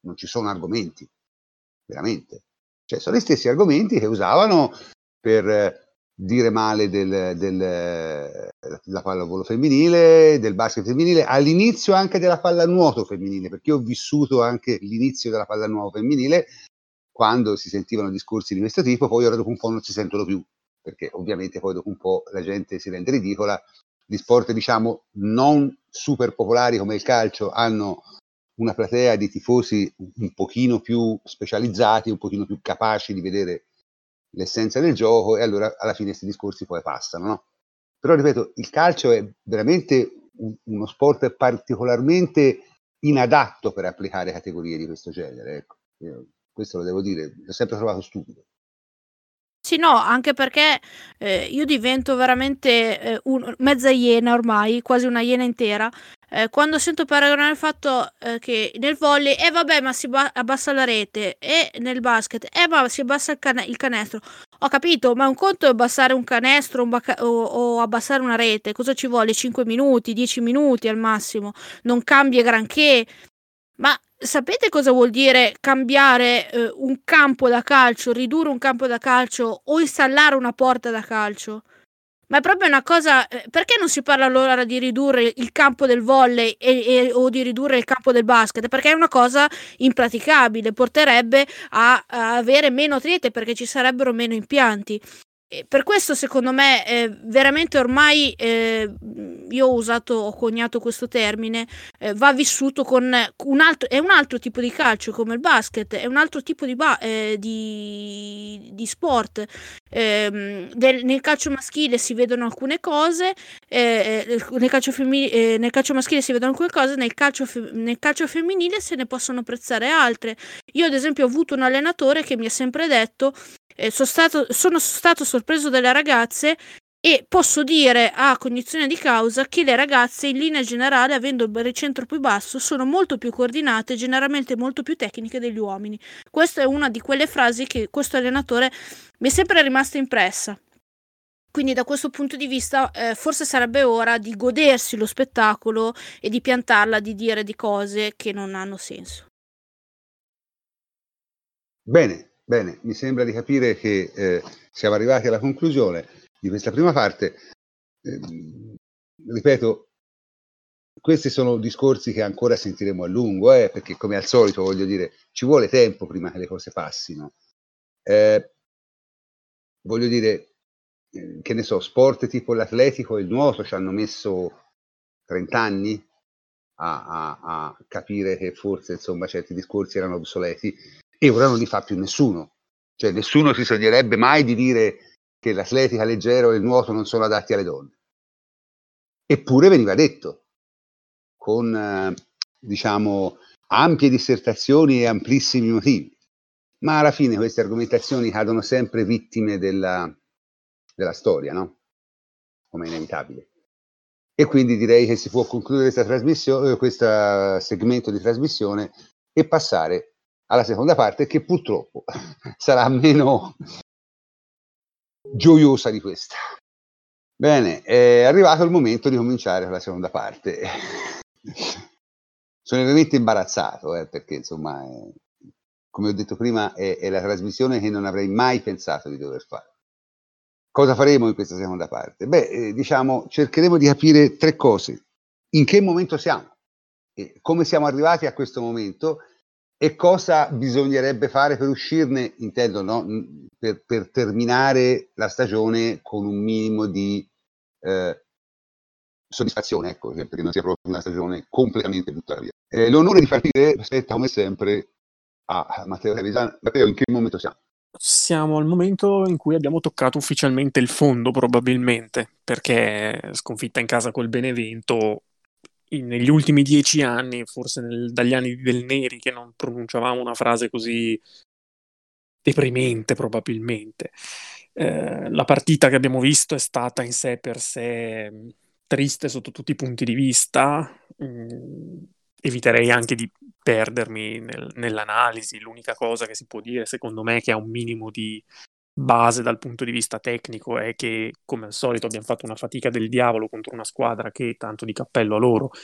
non ci sono argomenti, veramente. Cioè, sono gli stessi argomenti che usavano per dire male della pallavolo femminile, del basket femminile, all'inizio anche della pallanuoto femminile, perché io ho vissuto anche l'inizio della pallanuoto femminile, quando si sentivano discorsi di questo tipo, poi ora dopo un po' non si sentono più, perché ovviamente poi dopo un po' la gente si rende ridicola. Gli sport, diciamo, non super popolari come il calcio hanno una platea di tifosi un pochino più specializzati, un pochino più capaci di vedere l'essenza del gioco, e allora alla fine questi discorsi poi passano, no? Però ripeto, il calcio è veramente uno sport particolarmente inadatto per applicare categorie di questo genere, ecco. Questo lo devo dire, l'ho sempre trovato stupido. Sì, no, anche perché io divento veramente mezza iena ormai, quasi una iena intera, quando sento paragonare il fatto che nel volley, vabbè, ma si abbassa la rete, e nel basket, ma si abbassa il canestro. Ho capito, ma un conto è abbassare un canestro o abbassare una rete, cosa ci vuole? 5 minuti, 10 minuti al massimo, non cambia granché. Ma sapete cosa vuol dire cambiare un campo da calcio, ridurre un campo da calcio o installare una porta da calcio? Ma è proprio una cosa. Perché non si parla allora di ridurre il campo del volley o di ridurre il campo del basket? Perché è una cosa impraticabile, porterebbe a avere meno atlete perché ci sarebbero meno impianti. Per questo secondo me veramente ormai io ho coniato questo termine, va vissuto con è un altro tipo di calcio come il basket, è un altro tipo di sport. Nel calcio maschile si vedono alcune cose, nel calcio maschile si vedono alcune cose, nel calcio femminile se ne possono apprezzare altre. Io ad esempio ho avuto un allenatore che mi ha sempre detto sono stato sorpreso dalle ragazze e posso dire a cognizione di causa che le ragazze in linea generale, avendo il baricentro più basso, sono molto più coordinate, generalmente molto più tecniche degli uomini. Questa è una di quelle frasi che questo allenatore mi è sempre rimasta impressa. Quindi da questo punto di vista forse sarebbe ora di godersi lo spettacolo e di piantarla di dire di cose che non hanno senso. Bene, mi sembra di capire che siamo arrivati alla conclusione di questa prima parte. Ripeto, questi sono discorsi che ancora sentiremo a lungo, perché come al solito, voglio dire, ci vuole tempo prima che le cose passino. Voglio dire, che ne so, sport tipo l'atletico e il nuoto ci hanno messo 30 anni a capire che forse insomma certi discorsi erano obsoleti, e ora non li fa più nessuno. Cioè nessuno si sognerebbe mai di dire che l'atletica leggera e il nuoto non sono adatti alle donne. Eppure veniva detto con diciamo ampie dissertazioni e amplissimi motivi. Ma alla fine queste argomentazioni cadono sempre vittime della storia, no? Come è inevitabile. E quindi direi che si può concludere questa trasmissione, questo segmento di trasmissione, e passare alla seconda parte, che purtroppo sarà meno gioiosa di questa. Bene, è arrivato il momento di cominciare con la seconda parte. Sono veramente imbarazzato, perché insomma, come ho detto prima, è la trasmissione che non avrei mai pensato di dover fare. Cosa faremo in questa seconda parte? Diciamo, cercheremo di capire 3 cose. In che momento siamo? Come siamo arrivati a questo momento? E cosa bisognerebbe fare per uscirne, intendo, no? Per terminare la stagione con un minimo di soddisfazione, ecco, perché non sia proprio una stagione completamente buttata via. L'onore di partire spetta come sempre a Matteo Trevisan. Matteo, in che momento siamo? Siamo al momento in cui abbiamo toccato ufficialmente il fondo, probabilmente, perché sconfitta in casa col Benevento negli ultimi 10 anni, forse dagli anni del Neri, che non pronunciavamo una frase così deprimente probabilmente. La partita che abbiamo visto è stata in sé per sé triste sotto tutti i punti di vista. Eviterei anche di perdermi nell'analisi. L'unica cosa che si può dire, secondo me, che ha un minimo di base dal punto di vista tecnico, è che, come al solito, abbiamo fatto una fatica del diavolo contro una squadra che, tanto di cappello a loro,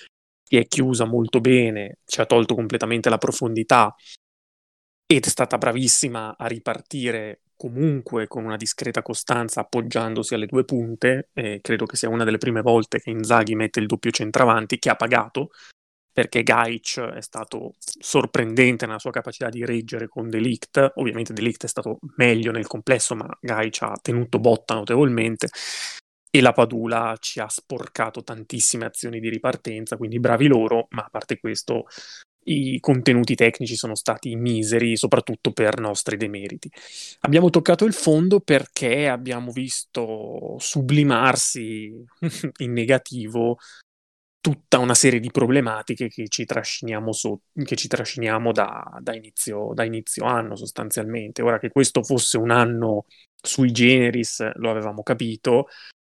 si è chiusa molto bene, ci ha tolto completamente la profondità ed è stata bravissima a ripartire comunque con una discreta costanza appoggiandosi alle due punte. Credo che sia una delle prime volte che Inzaghi mette il doppio centravanti, che ha pagato, perché Gajic è stato sorprendente nella sua capacità di reggere con De Ligt. Ovviamente De Ligt è stato meglio nel complesso, ma Gajic ha tenuto botta notevolmente, e la Padula ci ha sporcato tantissime azioni di ripartenza, quindi bravi loro, ma a parte questo i contenuti tecnici sono stati miseri, soprattutto per nostri demeriti. Abbiamo toccato il fondo perché abbiamo visto sublimarsi in negativo tutta una serie di problematiche che ci trasciniamo, da inizio anno sostanzialmente. Ora, che questo fosse un anno sui generis lo avevamo capito,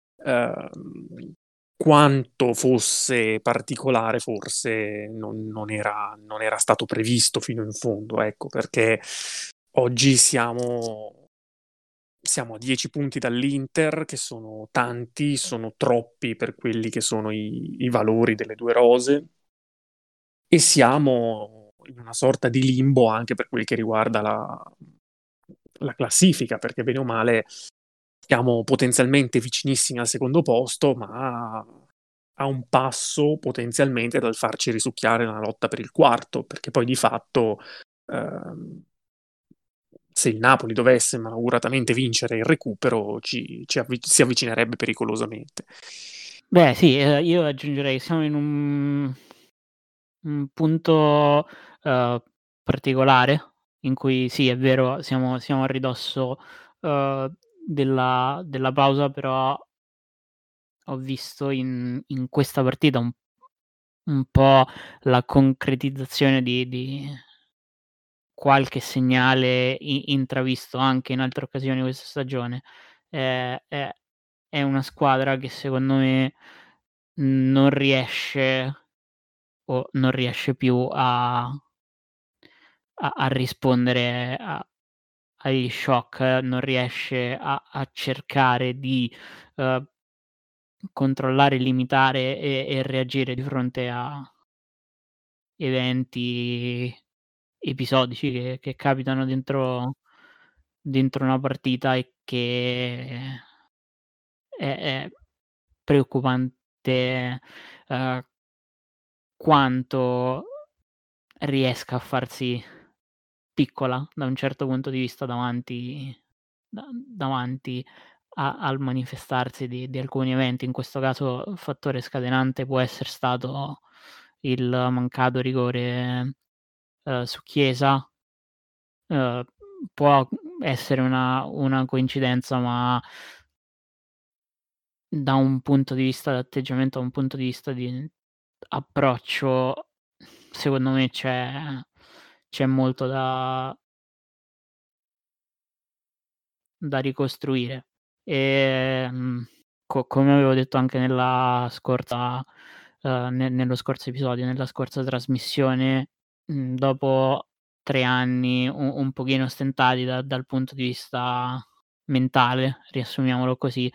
quanto fosse particolare forse non era stato previsto fino in fondo, ecco, perché oggi siamo a 10 punti dall'Inter, che sono tanti, sono troppi per quelli che sono i valori delle due rose, e siamo in una sorta di limbo anche per quel che riguarda la classifica, perché bene o male siamo potenzialmente vicinissimi al secondo posto, ma a un passo potenzialmente dal farci risucchiare nella lotta per il quarto, perché poi di fatto se il Napoli dovesse malauguratamente vincere il recupero si avvicinerebbe pericolosamente. Beh sì, io aggiungerei che siamo in un punto particolare in cui sì, è vero, siamo a ridosso della pausa, però ho visto in questa partita un po' la concretizzazione di qualche segnale intravisto anche in altre occasioni questa stagione. È una squadra che secondo me non riesce più a rispondere agli shock, non riesce a cercare di controllare, limitare e reagire di fronte a eventi episodici che capitano dentro una partita e che è preoccupante, quanto riesca a farsi piccola da un certo punto di vista davanti al manifestarsi di alcuni eventi. In questo caso il fattore scatenante può esser stato il mancato rigore su Chiesa. Può essere una coincidenza, ma da un punto di vista d'atteggiamento, da un punto di vista di approccio, secondo me c'è molto da ricostruire. Come avevo detto anche nella scorsa nello scorso episodio, nella scorsa trasmissione, dopo 3 anni un pochino stentati dal punto di vista mentale, riassumiamolo così,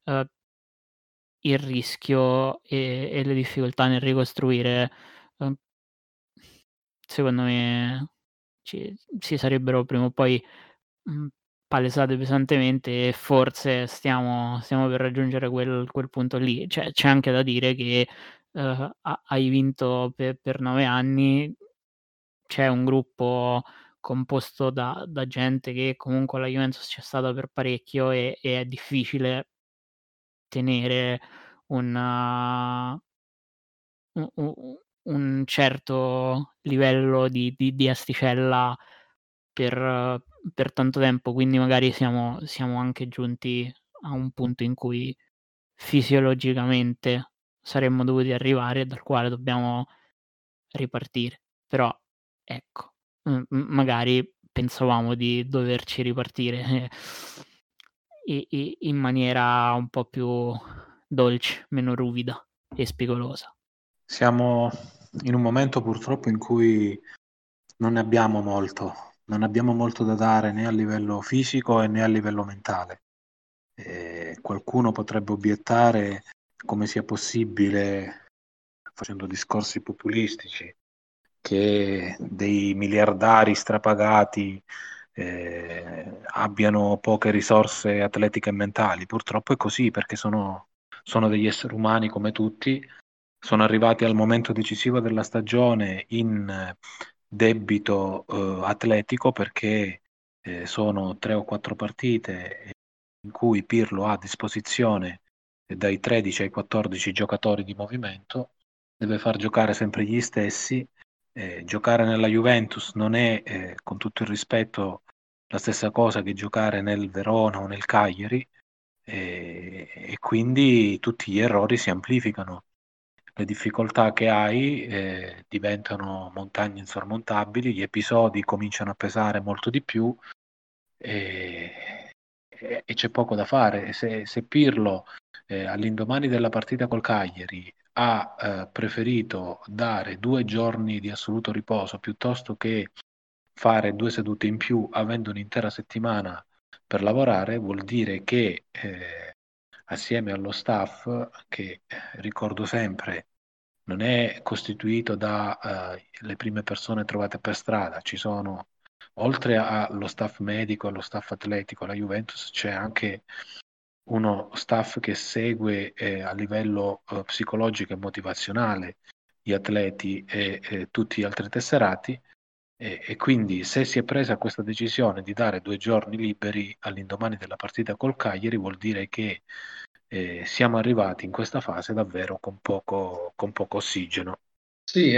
il rischio e le difficoltà nel ricostruire, uhm, secondo me si sarebbero prima o poi palesate pesantemente, e forse stiamo per raggiungere quel punto lì. C'è anche da dire che hai vinto per 9 anni, c'è un gruppo composto da gente che comunque alla Juventus c'è stata per parecchio, e è difficile tenere un un certo livello di asticella per tanto tempo, quindi magari siamo anche giunti a un punto in cui fisiologicamente saremmo dovuti arrivare, dal quale dobbiamo ripartire. Però ecco, magari pensavamo di doverci ripartire in maniera un po' più dolce, meno ruvida e spigolosa. Siamo in un momento purtroppo in cui non ne abbiamo molto da dare, né a livello fisico né a livello mentale. Qualcuno potrebbe obiettare come sia possibile facendo discorsi populistici, che dei miliardari strapagati abbiano poche risorse atletiche e mentali. Purtroppo è così, perché sono degli esseri umani come tutti, sono arrivati al momento decisivo della stagione in debito atletico, perché sono 3 o 4 partite in cui Pirlo ha a disposizione dai 13 ai 14 giocatori di movimento, deve far giocare sempre gli stessi. Giocare nella Juventus non è, con tutto il rispetto, la stessa cosa che giocare nel Verona o nel Cagliari, e quindi tutti gli errori si amplificano. Le difficoltà che hai diventano montagne insormontabili, gli episodi cominciano a pesare molto di più, e c'è poco da fare. Se Pirlo all'indomani della partita col Cagliari ha preferito dare 2 giorni di assoluto riposo piuttosto che fare 2 sedute in più, avendo un'intera settimana per lavorare, vuol dire che assieme allo staff, che ricordo sempre non è costituito da le prime persone trovate per strada, ci sono, oltre allo staff medico e allo staff atletico, la Juventus, c'è anche uno staff che segue a livello psicologico e motivazionale gli atleti e tutti gli altri tesserati, e quindi se si è presa questa decisione di dare 2 giorni liberi all'indomani della partita col Cagliari, vuol dire che siamo arrivati in questa fase davvero con poco ossigeno. Sì,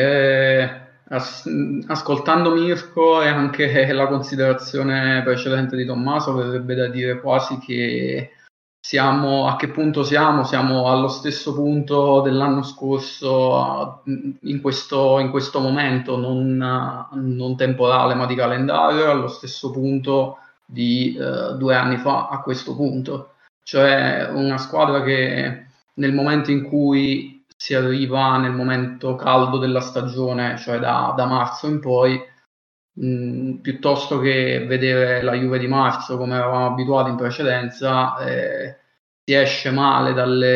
ascoltando Mirko e anche la considerazione precedente di Tommaso, verrebbe da dire quasi che a che punto siamo? Siamo allo stesso punto dell'anno scorso in questo momento, non temporale ma di calendario, allo stesso punto di 2 anni fa a questo punto. Cioè una squadra che nel momento in cui si arriva nel momento caldo della stagione, cioè da marzo in poi, piuttosto che vedere la Juve di marzo come eravamo abituati in precedenza, si esce male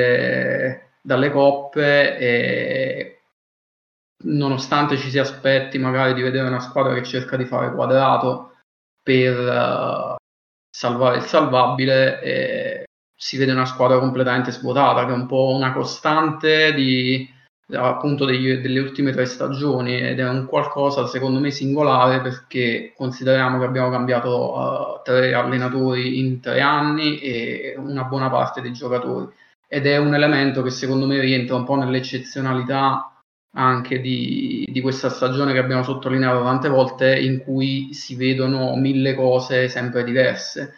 dalle coppe, e nonostante ci si aspetti magari di vedere una squadra che cerca di fare quadrato per salvare il salvabile, si vede una squadra completamente svuotata, che è un po' una costante appunto delle ultime 3 stagioni, ed è un qualcosa secondo me singolare, perché consideriamo che abbiamo cambiato 3 allenatori in 3 anni e una buona parte dei giocatori, ed è un elemento che secondo me rientra un po' nell'eccezionalità anche di questa stagione, che abbiamo sottolineato tante volte, in cui si vedono 1000 cose sempre diverse,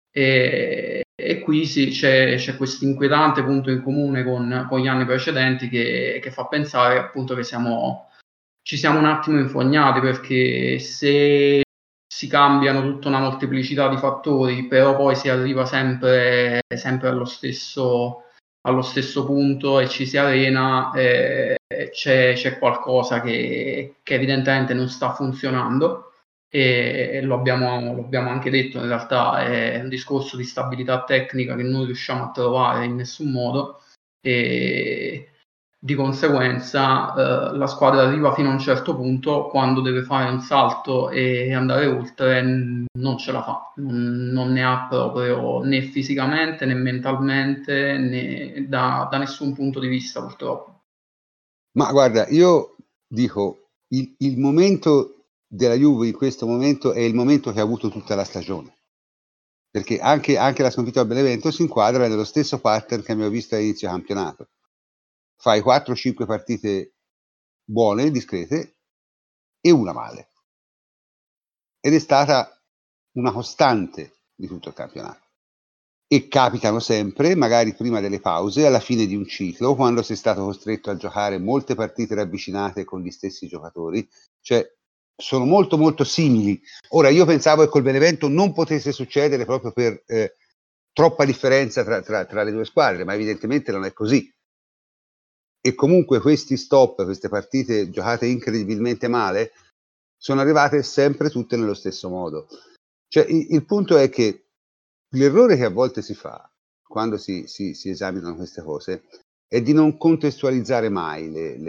e qui c'è questo inquietante punto in comune con gli anni precedenti, che fa pensare appunto che ci siamo un attimo infognati, perché se si cambiano tutta una molteplicità di fattori, però poi si arriva sempre allo stesso punto e ci si arena, c'è qualcosa che evidentemente non sta funzionando, e lo abbiamo anche detto. In realtà è un discorso di stabilità tecnica che non riusciamo a trovare in nessun modo, e di conseguenza la squadra arriva fino a un certo punto, quando deve fare un salto e andare oltre non ce la fa, non ne ha proprio, né fisicamente né mentalmente né da nessun punto di vista, purtroppo. Ma guarda, io dico, il momento della Juve in questo momento è il momento che ha avuto tutta la stagione, perché anche la sconfitta al Benevento si inquadra nello stesso pattern che abbiamo visto all'inizio campionato. Fai 4-5 partite buone, discrete, e una male, ed è stata una costante di tutto il campionato, e capitano sempre, magari prima delle pause, alla fine di un ciclo, quando sei stato costretto a giocare molte partite ravvicinate con gli stessi giocatori, cioè sono molto molto simili. Ora, io pensavo che col Benevento non potesse succedere, proprio per troppa differenza tra le due squadre, ma evidentemente non è così. E comunque questi stop, queste partite giocate incredibilmente male, sono arrivate sempre tutte nello stesso modo. Cioè il punto è che l'errore che a volte si fa quando si esaminano queste cose è di non contestualizzare mai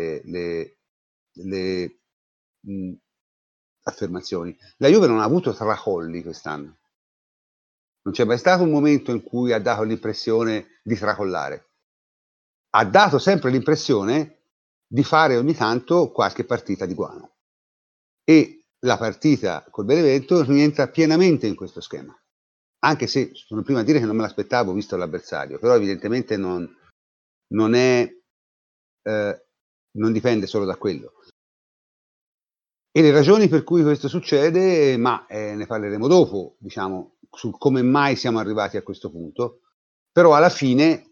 le affermazioni. La Juve non ha avuto tracolli quest'anno. Non c'è mai stato un momento in cui ha dato l'impressione di tracollare. Ha dato sempre l'impressione di fare ogni tanto qualche partita di guano. E la partita col Benevento rientra pienamente in questo schema. Anche se sono prima a dire che non me l'aspettavo visto l'avversario, però evidentemente non dipende solo da quello. E le ragioni per cui questo succede, ma ne parleremo dopo, diciamo, su come mai siamo arrivati a questo punto, però alla fine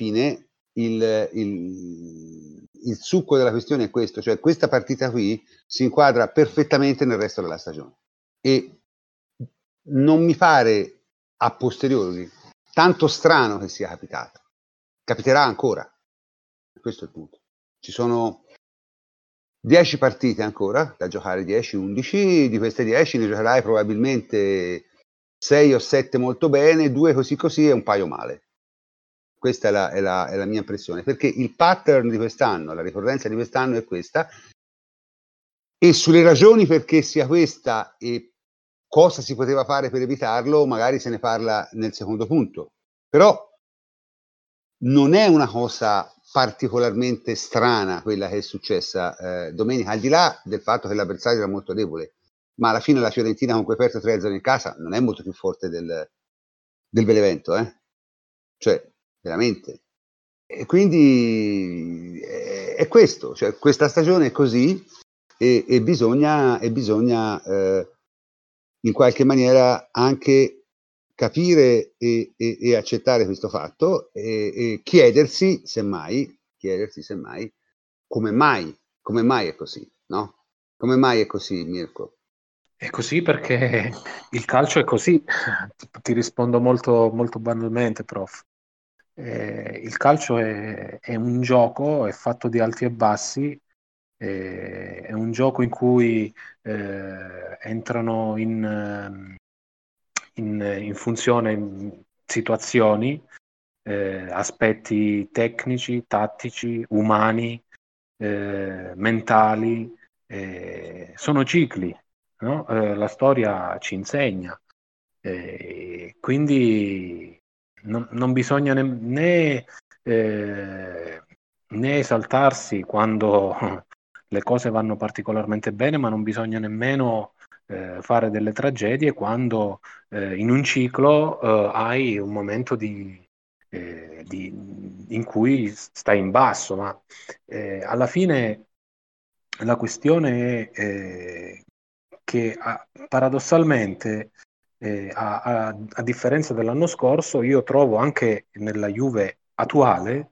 il succo della questione è questo, cioè questa partita qui si inquadra perfettamente nel resto della stagione e non mi pare a posteriori tanto strano che sia capitata. Capiterà ancora, questo è il punto. Ci sono 10 partite ancora da giocare, 10-11, di queste 10 ne giocherai probabilmente 6 o 7 molto bene, 2 così e un paio male. Questa è la mia impressione, perché il pattern di quest'anno, la ricorrenza di quest'anno è questa, e sulle ragioni perché sia questa e cosa si poteva fare per evitarlo magari se ne parla nel secondo punto, però non è una cosa particolarmente strana quella che è successa domenica, al di là del fatto che l'avversario era molto debole, ma alla fine la Fiorentina con cui ha perso 3-0 in casa non è molto più forte del Benevento, cioè veramente. E quindi è questo, cioè questa stagione è così e bisogna in qualche maniera anche capire e accettare questo fatto e chiedersi semmai come mai è così, no? Come mai è così, Mirko? È così perché il calcio è così. Ti rispondo molto, molto banalmente, prof. Il calcio è un gioco, è fatto di alti e bassi, è un gioco in cui entrano in funzione situazioni, aspetti tecnici, tattici, umani, mentali, sono cicli, no? La storia ci insegna, quindi non bisogna né esaltarsi quando le cose vanno particolarmente bene, ma non bisogna nemmeno fare delle tragedie quando in un ciclo hai un momento in cui stai in basso, ma alla fine la questione è che paradossalmente, a differenza dell'anno scorso, io trovo anche nella Juve attuale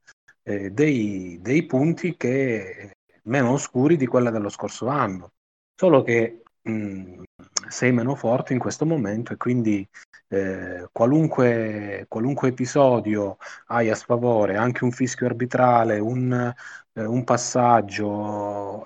dei punti che meno oscuri di quella dello scorso anno, solo che sei meno forte in questo momento e quindi qualunque episodio hai a sfavore, anche un fischio arbitrale, un passaggio,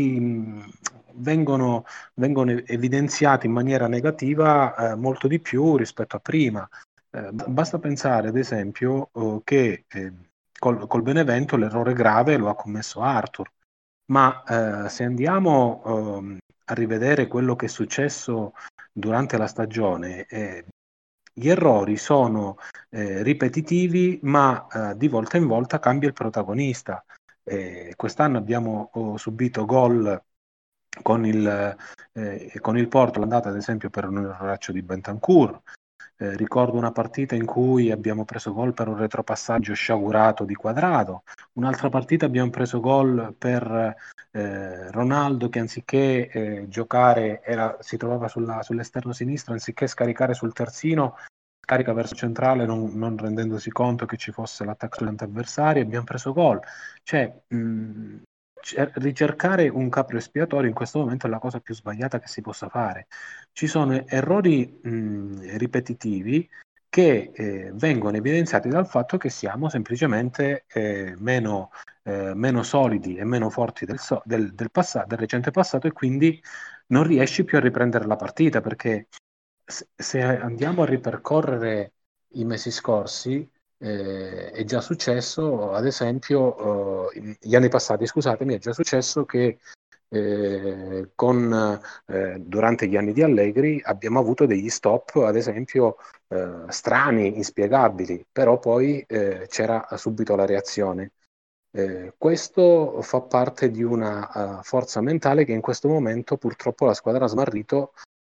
vengono evidenziati in maniera negativa molto di più rispetto a prima. Basta pensare, ad esempio, che col Benevento l'errore grave lo ha commesso Arthur, ma se andiamo a rivedere quello che è successo durante la stagione, gli errori sono ripetitivi, ma di volta in volta cambia il protagonista. Quest'anno abbiamo subito gol con il Porto, l'andata ad esempio per un erroraccio di Bentancur. Ricordo una partita in cui abbiamo preso gol per un retropassaggio sciagurato di Quadrado, un'altra partita abbiamo preso gol per Ronaldo che anziché giocare si trovava sull'esterno sinistro, anziché scaricare sul terzino scarica verso centrale non rendendosi conto che ci fosse l'attacco dell'avversario, abbiamo preso gol. Cioè, ricercare un capro espiatorio in questo momento è la cosa più sbagliata che si possa fare. Ci sono errori ripetitivi che vengono evidenziati dal fatto che siamo semplicemente meno solidi e meno forti del recente passato, e quindi non riesci più a riprendere la partita, perché se andiamo a ripercorrere i mesi scorsi, È già successo, ad esempio, gli anni passati, scusatemi, è già successo che durante gli anni di Allegri abbiamo avuto degli stop, ad esempio, strani, inspiegabili, però poi c'era subito la reazione. Questo fa parte di una forza mentale che in questo momento purtroppo la squadra ha smarrito,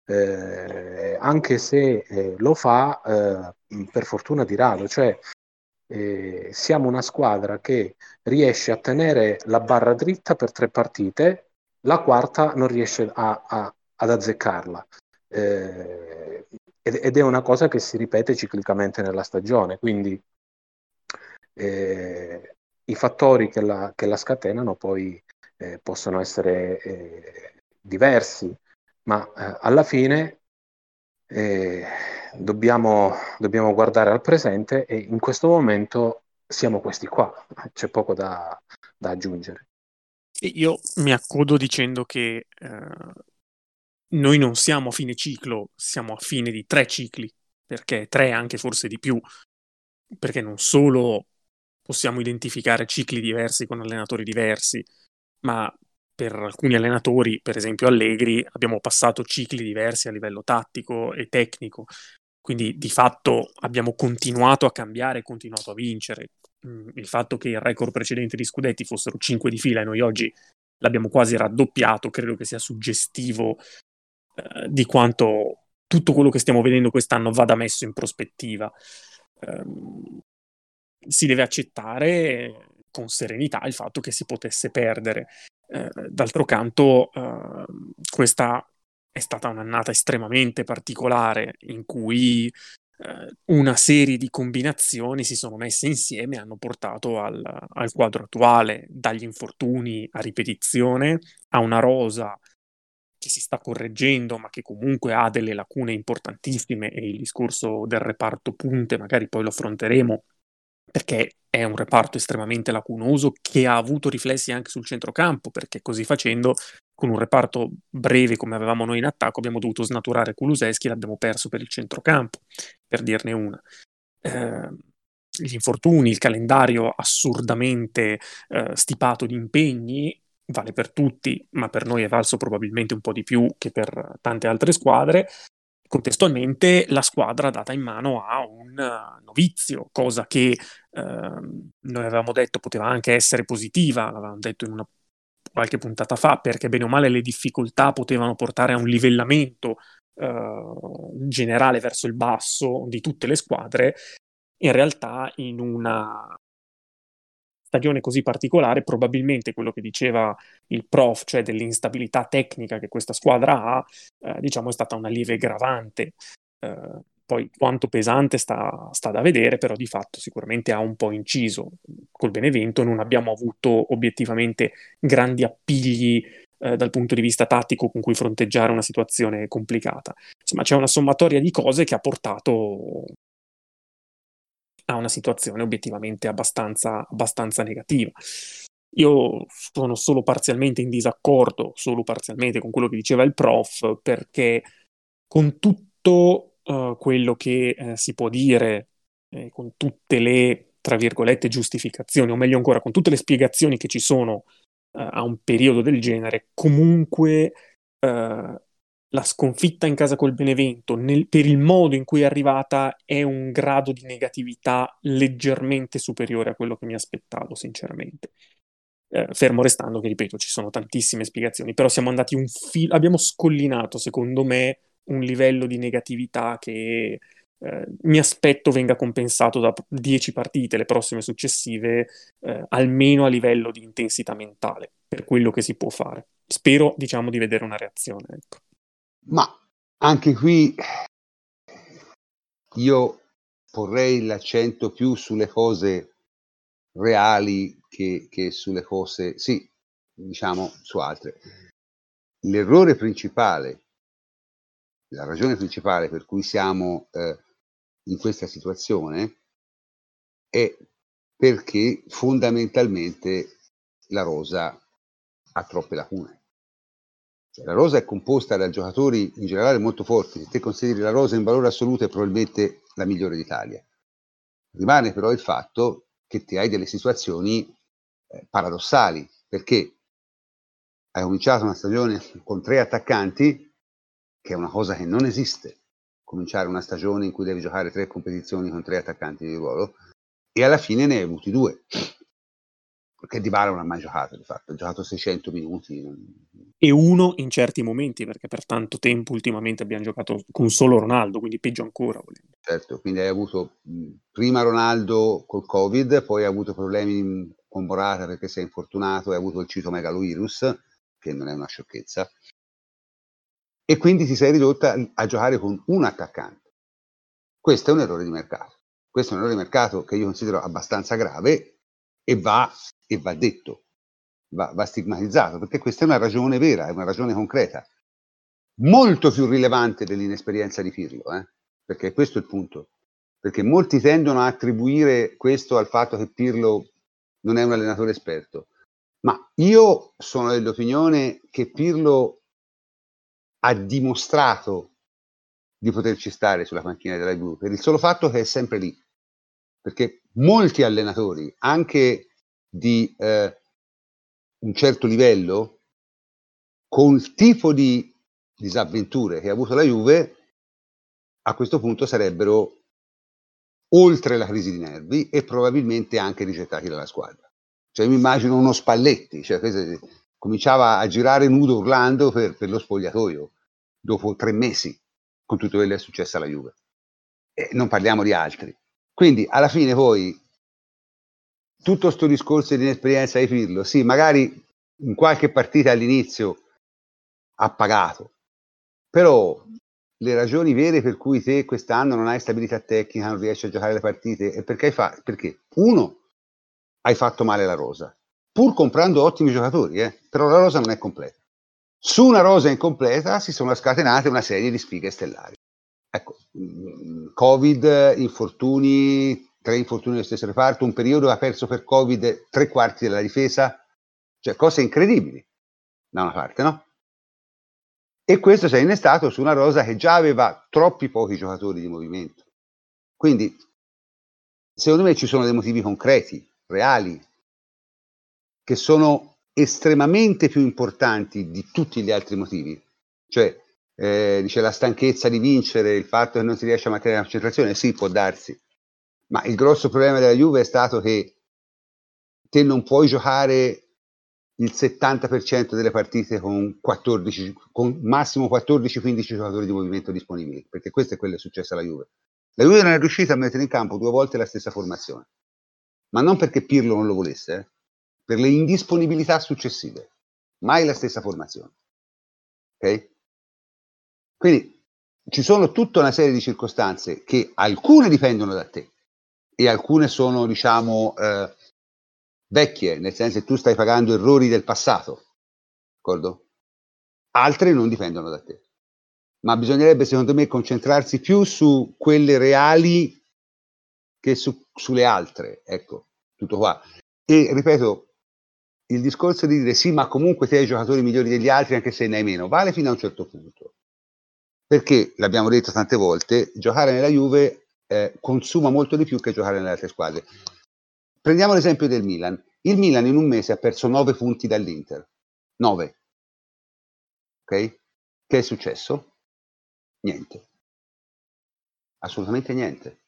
anche se lo fa per fortuna di rado, cioè siamo una squadra che riesce a tenere la barra dritta per 3 partite, la quarta non riesce ad azzeccarla. Ed è una cosa che si ripete ciclicamente nella stagione, quindi i fattori che la scatenano poi possono essere diversi, ma alla fine dobbiamo guardare al presente e in questo momento siamo questi qua, c'è poco da aggiungere. Io mi accodo dicendo che noi non siamo a fine ciclo, siamo a fine di 3 cicli, perché 3 anche forse di più, perché non solo possiamo identificare cicli diversi con allenatori diversi, ma per alcuni allenatori, per esempio Allegri, abbiamo passato cicli diversi a livello tattico e tecnico, quindi di fatto abbiamo continuato a cambiare e continuato a vincere. Il fatto che il record precedente di scudetti fossero 5 di fila e noi oggi l'abbiamo quasi raddoppiato, credo che sia suggestivo di quanto tutto quello che stiamo vedendo quest'anno vada messo in prospettiva. Si deve accettare con serenità il fatto che si potesse perdere. D'altro canto, questa è stata un'annata estremamente particolare in cui una serie di combinazioni si sono messe insieme e hanno portato al quadro attuale, dagli infortuni a ripetizione a una rosa che si sta correggendo ma che comunque ha delle lacune importantissime, e il discorso del reparto punte magari poi lo affronteremo, perché è un reparto estremamente lacunoso che ha avuto riflessi anche sul centrocampo, perché così facendo, con un reparto breve come avevamo noi in attacco, abbiamo dovuto snaturare Kulusevski e l'abbiamo perso per il centrocampo, per dirne una. Gli infortuni, il calendario assurdamente stipato di impegni, vale per tutti, ma per noi è valso probabilmente un po' di più che per tante altre squadre. Contestualmente la squadra data in mano a un novizio, cosa che noi avevamo detto poteva anche essere positiva, l'avevamo detto in una qualche puntata fa, perché bene o male le difficoltà potevano portare a un livellamento generale verso il basso di tutte le squadre. In realtà in una stagione così particolare, probabilmente quello che diceva il prof, cioè dell'instabilità tecnica che questa squadra ha, diciamo è stata una lieve gravante. Poi quanto pesante sta da vedere, però di fatto sicuramente ha un po' inciso. Col Benevento non abbiamo avuto obiettivamente grandi appigli dal punto di vista tattico con cui fronteggiare una situazione complicata. Insomma, c'è una sommatoria di cose che ha portato a una situazione obiettivamente abbastanza negativa. Io sono solo parzialmente in disaccordo, solo parzialmente con quello che diceva il prof, perché con tutto quello che si può dire, con tutte le, tra virgolette, giustificazioni, o meglio ancora, con tutte le spiegazioni che ci sono a un periodo del genere, comunque la sconfitta in casa col Benevento, per il modo in cui è arrivata, è un grado di negatività leggermente superiore a quello che mi aspettavo, sinceramente. Fermo restando che, ripeto, ci sono tantissime spiegazioni, però siamo andati abbiamo scollinato, secondo me, un livello di negatività che mi aspetto venga compensato da 10 partite, le prossime successive, almeno a livello di intensità mentale, per quello che si può fare. Spero, diciamo, di vedere una reazione, ecco. Ma anche qui io porrei l'accento più sulle cose reali che sulle cose, sì, diciamo su altre. L'errore principale, la ragione principale per cui siamo in questa situazione è perché fondamentalmente la rosa ha troppe lacune. La rosa è composta da giocatori in generale molto forti. Se te consideri la rosa in valore assoluto è probabilmente la migliore d'Italia. rimane però il fatto che ti hai delle situazioni paradossali, perché hai cominciato una stagione con 3 attaccanti, che è una cosa che non esiste, cominciare una stagione in cui devi giocare 3 competizioni con 3 attaccanti di ruolo, e alla fine ne hai avuti 2, perché Dybala non ha mai giocato, di fatto ha giocato 600 minuti. E uno in certi momenti, perché per tanto tempo ultimamente abbiamo giocato con solo Ronaldo, quindi peggio ancora. Certo, quindi hai avuto prima Ronaldo col Covid, poi hai avuto problemi con Morata perché sei infortunato, hai avuto il citomegalovirus, che non è una sciocchezza, e quindi ti sei ridotta a giocare con un attaccante. Questo è un errore di mercato. Questo è un errore di mercato che io considero abbastanza grave e va detto, va stigmatizzato, perché questa è una ragione vera, è una ragione concreta, molto più rilevante dell'inesperienza di Pirlo, perché questo è il punto. Perché molti tendono a attribuire questo al fatto che Pirlo non è un allenatore esperto, ma io sono dell'opinione che Pirlo ha dimostrato di poterci stare sulla panchina della Juve per il solo fatto che è sempre lì, perché molti allenatori, anche di un certo livello, con il tipo di disavventure che ha avuto la Juve, a questo punto sarebbero oltre la crisi di nervi e probabilmente anche rigettati dalla squadra. Cioè mi immagino uno Spalletti, cioè, cominciava a girare nudo urlando per lo spogliatoio dopo 3 mesi con tutto quello che è successo alla Juve, e non parliamo di altri. Quindi alla fine poi tutto sto discorso di inesperienza di Pirlo, sì, magari in qualche partita all'inizio ha pagato, però le ragioni vere per cui te quest'anno non hai stabilità tecnica, non riesci a giocare le partite, è perché perché uno, hai fatto male la rosa, pur comprando ottimi giocatori, però la rosa non è completa. Su una rosa incompleta si sono scatenate una serie di sfighe stellari. Ecco, Covid, infortuni, 3 infortuni nello stesso reparto, un periodo ha perso per Covid 3/4 della difesa, cioè cose incredibili da una parte, no? E questo si è innestato su una rosa che già aveva troppi pochi giocatori di movimento. Quindi, secondo me ci sono dei motivi concreti, reali, che sono estremamente più importanti di tutti gli altri motivi. Cioè, dice la stanchezza di vincere, il fatto che non si riesce a mantenere la concentrazione, sì, può darsi. Ma il grosso problema della Juve è stato che te non puoi giocare il 70% delle partite con massimo 14-15 giocatori di movimento disponibili, perché questo è quello che è successo alla Juve. La Juve non è riuscita a mettere in campo 2 volte la stessa formazione, ma non perché Pirlo non lo volesse, per le indisponibilità successive, mai la stessa formazione. Ok? Quindi ci sono tutta una serie di circostanze che alcune dipendono da te e alcune sono, diciamo, vecchie, nel senso che tu stai pagando errori del passato, d'accordo? Altre non dipendono da te, ma bisognerebbe secondo me concentrarsi più su quelle reali che sulle altre, ecco, tutto qua. E ripeto, il discorso di dire sì, ma comunque te hai giocatori migliori degli altri anche se ne hai meno, vale fino a un certo punto, perché l'abbiamo detto tante volte, giocare nella Juve consuma molto di più che giocare nelle altre squadre. Prendiamo l'esempio del Milan. Il Milan in un mese ha perso 9 punti dall'Inter. 9. Ok? Che è successo? Niente. Assolutamente niente.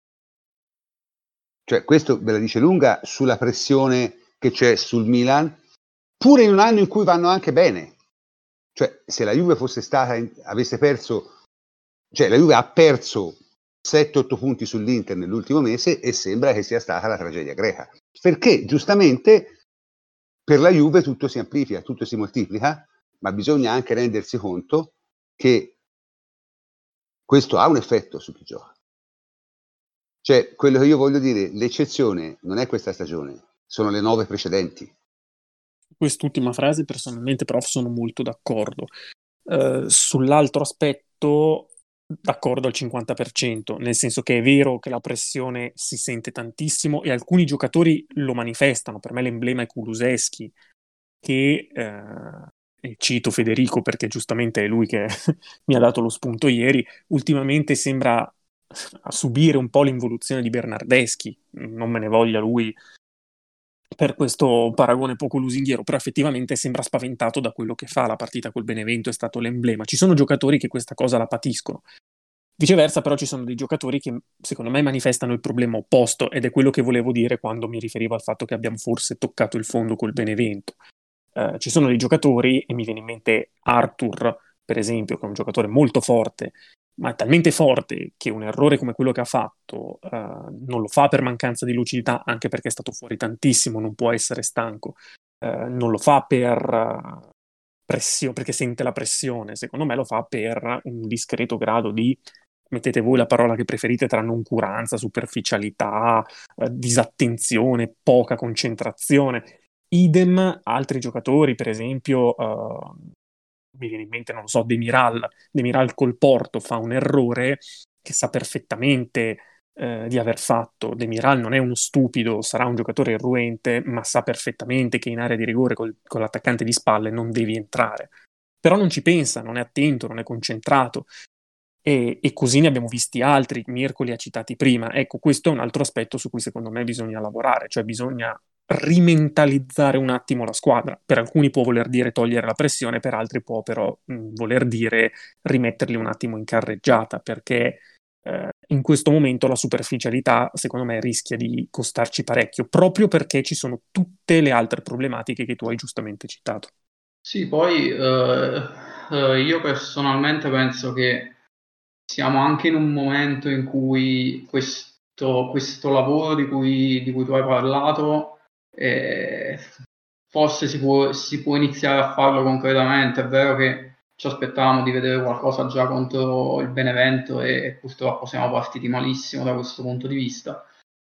Cioè, questo ve la dice lunga sulla pressione che c'è sul Milan, pure in un anno in cui vanno anche bene. Cioè, se la Juve fosse stata, avesse perso, cioè la Juve ha perso 7-8 punti sull'Inter nell'ultimo mese e sembra che sia stata la tragedia greca. Perché giustamente per la Juve tutto si amplifica, tutto si moltiplica, ma bisogna anche rendersi conto che questo ha un effetto su chi gioca. Cioè, quello che io voglio dire, l'eccezione non è questa stagione, sono le 9 precedenti. Quest'ultima frase personalmente, prof, sono molto d'accordo. Sull'altro aspetto, d'accordo al 50%, nel senso che è vero che la pressione si sente tantissimo e alcuni giocatori lo manifestano. Per me l'emblema è Kulusevski, che e cito Federico perché giustamente è lui che mi ha dato lo spunto ieri, ultimamente sembra a subire un po' l'involuzione di Bernardeschi, non me ne voglia lui per questo paragone poco lusinghiero, però effettivamente sembra spaventato da quello che fa. La partita col Benevento è stato l'emblema. Ci sono giocatori che questa cosa la patiscono. Viceversa, però, ci sono dei giocatori che secondo me manifestano il problema opposto, ed è quello che volevo dire quando mi riferivo al fatto che abbiamo forse toccato il fondo col Benevento. Ci sono dei giocatori, e mi viene in mente Arthur, per esempio, che è un giocatore molto forte, ma è talmente forte che un errore come quello che ha fatto non lo fa per mancanza di lucidità, anche perché è stato fuori tantissimo, non può essere stanco, non lo fa per pressione, perché sente la pressione, secondo me lo fa per un discreto grado di, mettete voi la parola che preferite, tra noncuranza, superficialità, disattenzione, poca concentrazione. Idem altri giocatori, per esempio, mi viene in mente, non lo so, Demiral col Porto fa un errore che sa perfettamente di aver fatto. Demiral non è uno stupido, sarà un giocatore irruente, ma sa perfettamente che in area di rigore con l'attaccante di spalle non devi entrare. Però non ci pensa, non è attento, non è concentrato. E così ne abbiamo visti altri, Mircoli ha citati prima. Ecco, questo è un altro aspetto su cui secondo me bisogna lavorare, cioè bisogna rimentalizzare un attimo la squadra. Per alcuni può voler dire togliere la pressione, per altri può però voler dire rimetterli un attimo in carreggiata, perché in questo momento la superficialità, secondo me, rischia di costarci parecchio, proprio perché ci sono tutte le altre problematiche che tu hai giustamente citato. Sì, poi io personalmente penso che siamo anche in un momento in cui questo lavoro di cui tu hai parlato, forse si può iniziare a farlo concretamente. È vero che ci aspettavamo di vedere qualcosa già contro il Benevento e purtroppo siamo partiti malissimo da questo punto di vista.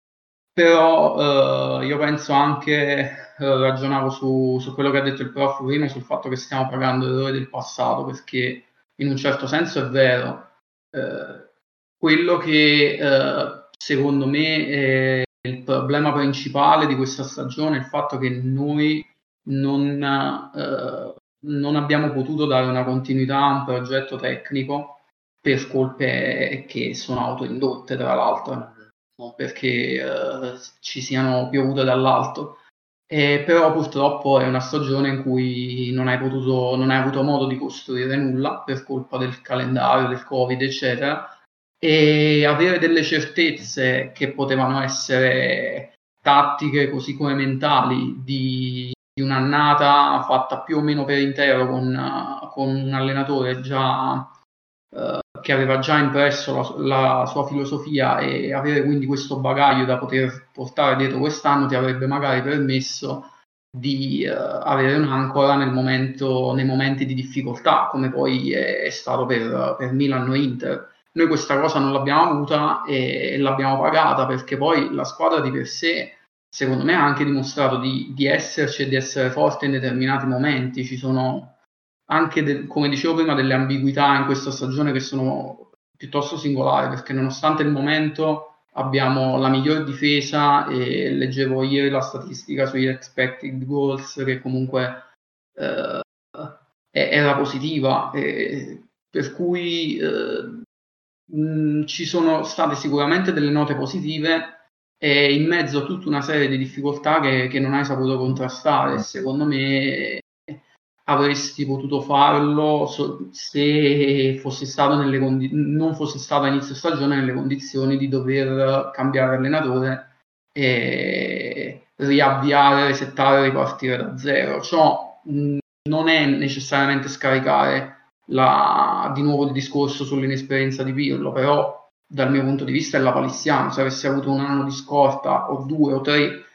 Però io penso anche, ragionavo su quello che ha detto il prof prima, sul fatto che stiamo pagando errori del passato, perché in un certo senso è vero. Quello che secondo me è il problema principale di questa stagione è il fatto che noi non abbiamo potuto dare una continuità a un progetto tecnico per colpe che sono autoindotte, tra l'altro, non perché ci siano piovute dall'alto. Però purtroppo è una stagione in cui non hai avuto modo di costruire nulla per colpa del calendario, del Covid, eccetera, e avere delle certezze che potevano essere tattiche così come mentali di un'annata fatta più o meno per intero con un allenatore già che aveva già impresso la sua filosofia, e avere quindi questo bagaglio da poter portare dietro quest'anno ti avrebbe magari permesso di avere un'ancora nei momenti di difficoltà, come poi è stato per Milan o Inter. Noi questa cosa non l'abbiamo avuta e l'abbiamo pagata, perché poi la squadra di per sé, secondo me, ha anche dimostrato di esserci e di essere forte in determinati momenti. Ci sono anche, come dicevo prima, delle ambiguità in questa stagione che sono piuttosto singolari, perché nonostante il momento abbiamo la miglior difesa, e leggevo ieri la statistica sugli expected goals che comunque era positiva, per cui ci sono state sicuramente delle note positive, e in mezzo a tutta una serie di difficoltà che non hai saputo contrastare. Secondo me avresti potuto farlo se fossi stato non fossi stato a inizio stagione nelle condizioni di dover cambiare allenatore e riavviare, resettare, ripartire da zero. Ciò non è necessariamente scaricare di nuovo il discorso sull'inesperienza di Pirlo, però dal mio punto di vista è lapalissiano. Se avessi avuto un anno di scorta o 2 o 3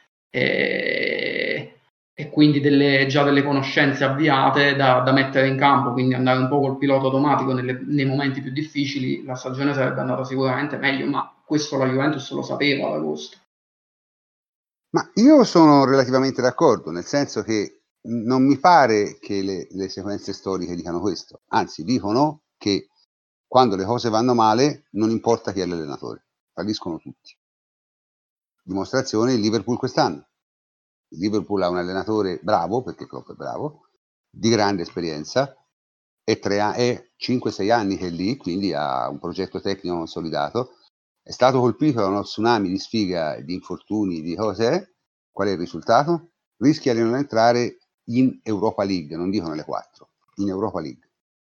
e quindi già delle conoscenze avviate da mettere in campo, quindi andare un po' col pilota automatico nei momenti più difficili, la stagione sarebbe andata sicuramente meglio, ma questo la Juventus lo sapeva ad agosto. Ma io sono relativamente d'accordo, nel senso che non mi pare che le sequenze storiche dicano questo, anzi dicono che quando le cose vanno male non importa chi è l'allenatore, falliscono tutti. Dimostrazione il Liverpool quest'anno. Il Liverpool ha un allenatore bravo, perché Klopp è bravo, di grande esperienza, è 5-6 anni che è lì, quindi ha un progetto tecnico consolidato, è stato colpito da uno tsunami di sfiga, di infortuni, di cose. Qual è il risultato? Rischia di non entrare in Europa League, non dico nelle 4, in Europa League.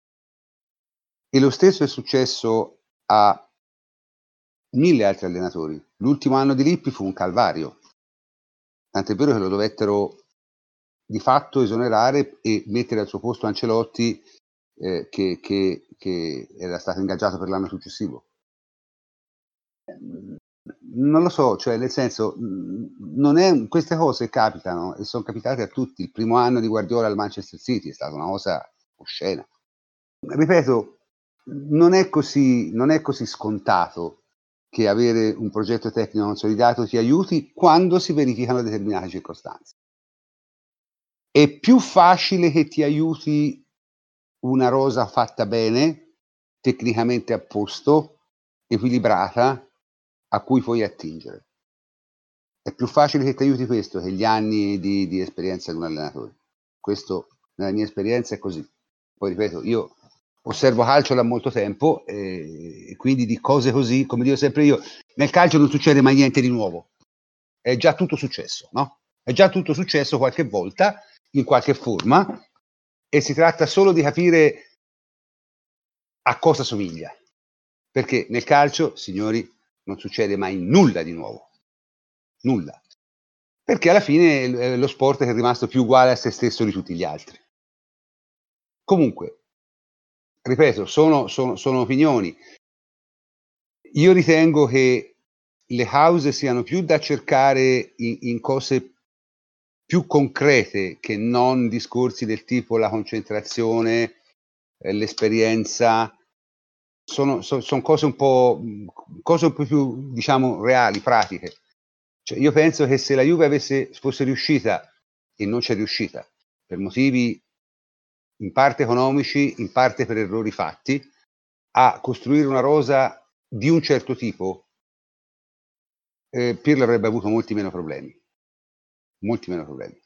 E lo stesso è successo a 1000 altri allenatori. L'ultimo anno di Lippi fu un calvario, tant'è vero che lo dovettero di fatto esonerare e mettere al suo posto Ancelotti, che era stato ingaggiato per l'anno successivo. Non lo so, cioè nel senso, queste cose capitano e sono capitate a tutti. Il primo anno di Guardiola al Manchester City è stata una cosa oscena. Ripeto, non è così scontato che avere un progetto tecnico consolidato ti aiuti quando si verificano determinate circostanze. È più facile che ti aiuti una rosa fatta bene, tecnicamente a posto, equilibrata, a cui puoi attingere. È più facile che ti aiuti questo che gli anni di esperienza di un allenatore. Questo, nella mia esperienza, è così. Poi ripeto, io osservo calcio da molto tempo e quindi di cose così, come dico sempre io, nel calcio non succede mai niente di nuovo. È già tutto successo, no? È già tutto successo qualche volta, in qualche forma, e si tratta solo di capire a cosa somiglia. Perché nel calcio, signori, non succede mai nulla di nuovo. Nulla. Perché alla fine lo sport è rimasto più uguale a se stesso di tutti gli altri. Comunque, ripeto, sono opinioni. Io ritengo che le cause siano più da cercare in cose più concrete che non discorsi del tipo la concentrazione, l'esperienza. Sono cose un po' più, diciamo, reali, pratiche. Cioè, io penso che se la Juve fosse riuscita, e non c'è riuscita, per motivi in parte economici, in parte per errori fatti, a costruire una rosa di un certo tipo, Pirlo avrebbe avuto molti meno problemi. Molti meno problemi.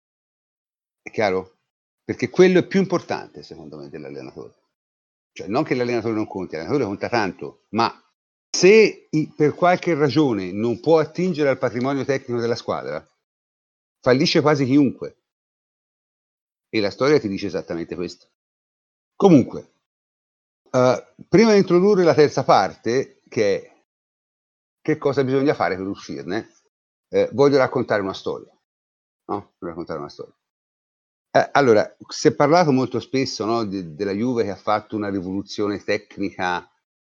È chiaro? Perché quello è più importante, secondo me, dell'allenatore. Cioè, non che l'allenatore non conti, l'allenatore conta tanto, ma se per qualche ragione non può attingere al patrimonio tecnico della squadra, fallisce quasi chiunque. E la storia ti dice esattamente questo. Comunque, prima di introdurre la terza parte, che è che cosa bisogna fare per uscirne, voglio raccontare una storia. No? Voglio raccontare una storia. Allora, si è parlato molto spesso, no, della Juve che ha fatto una rivoluzione tecnica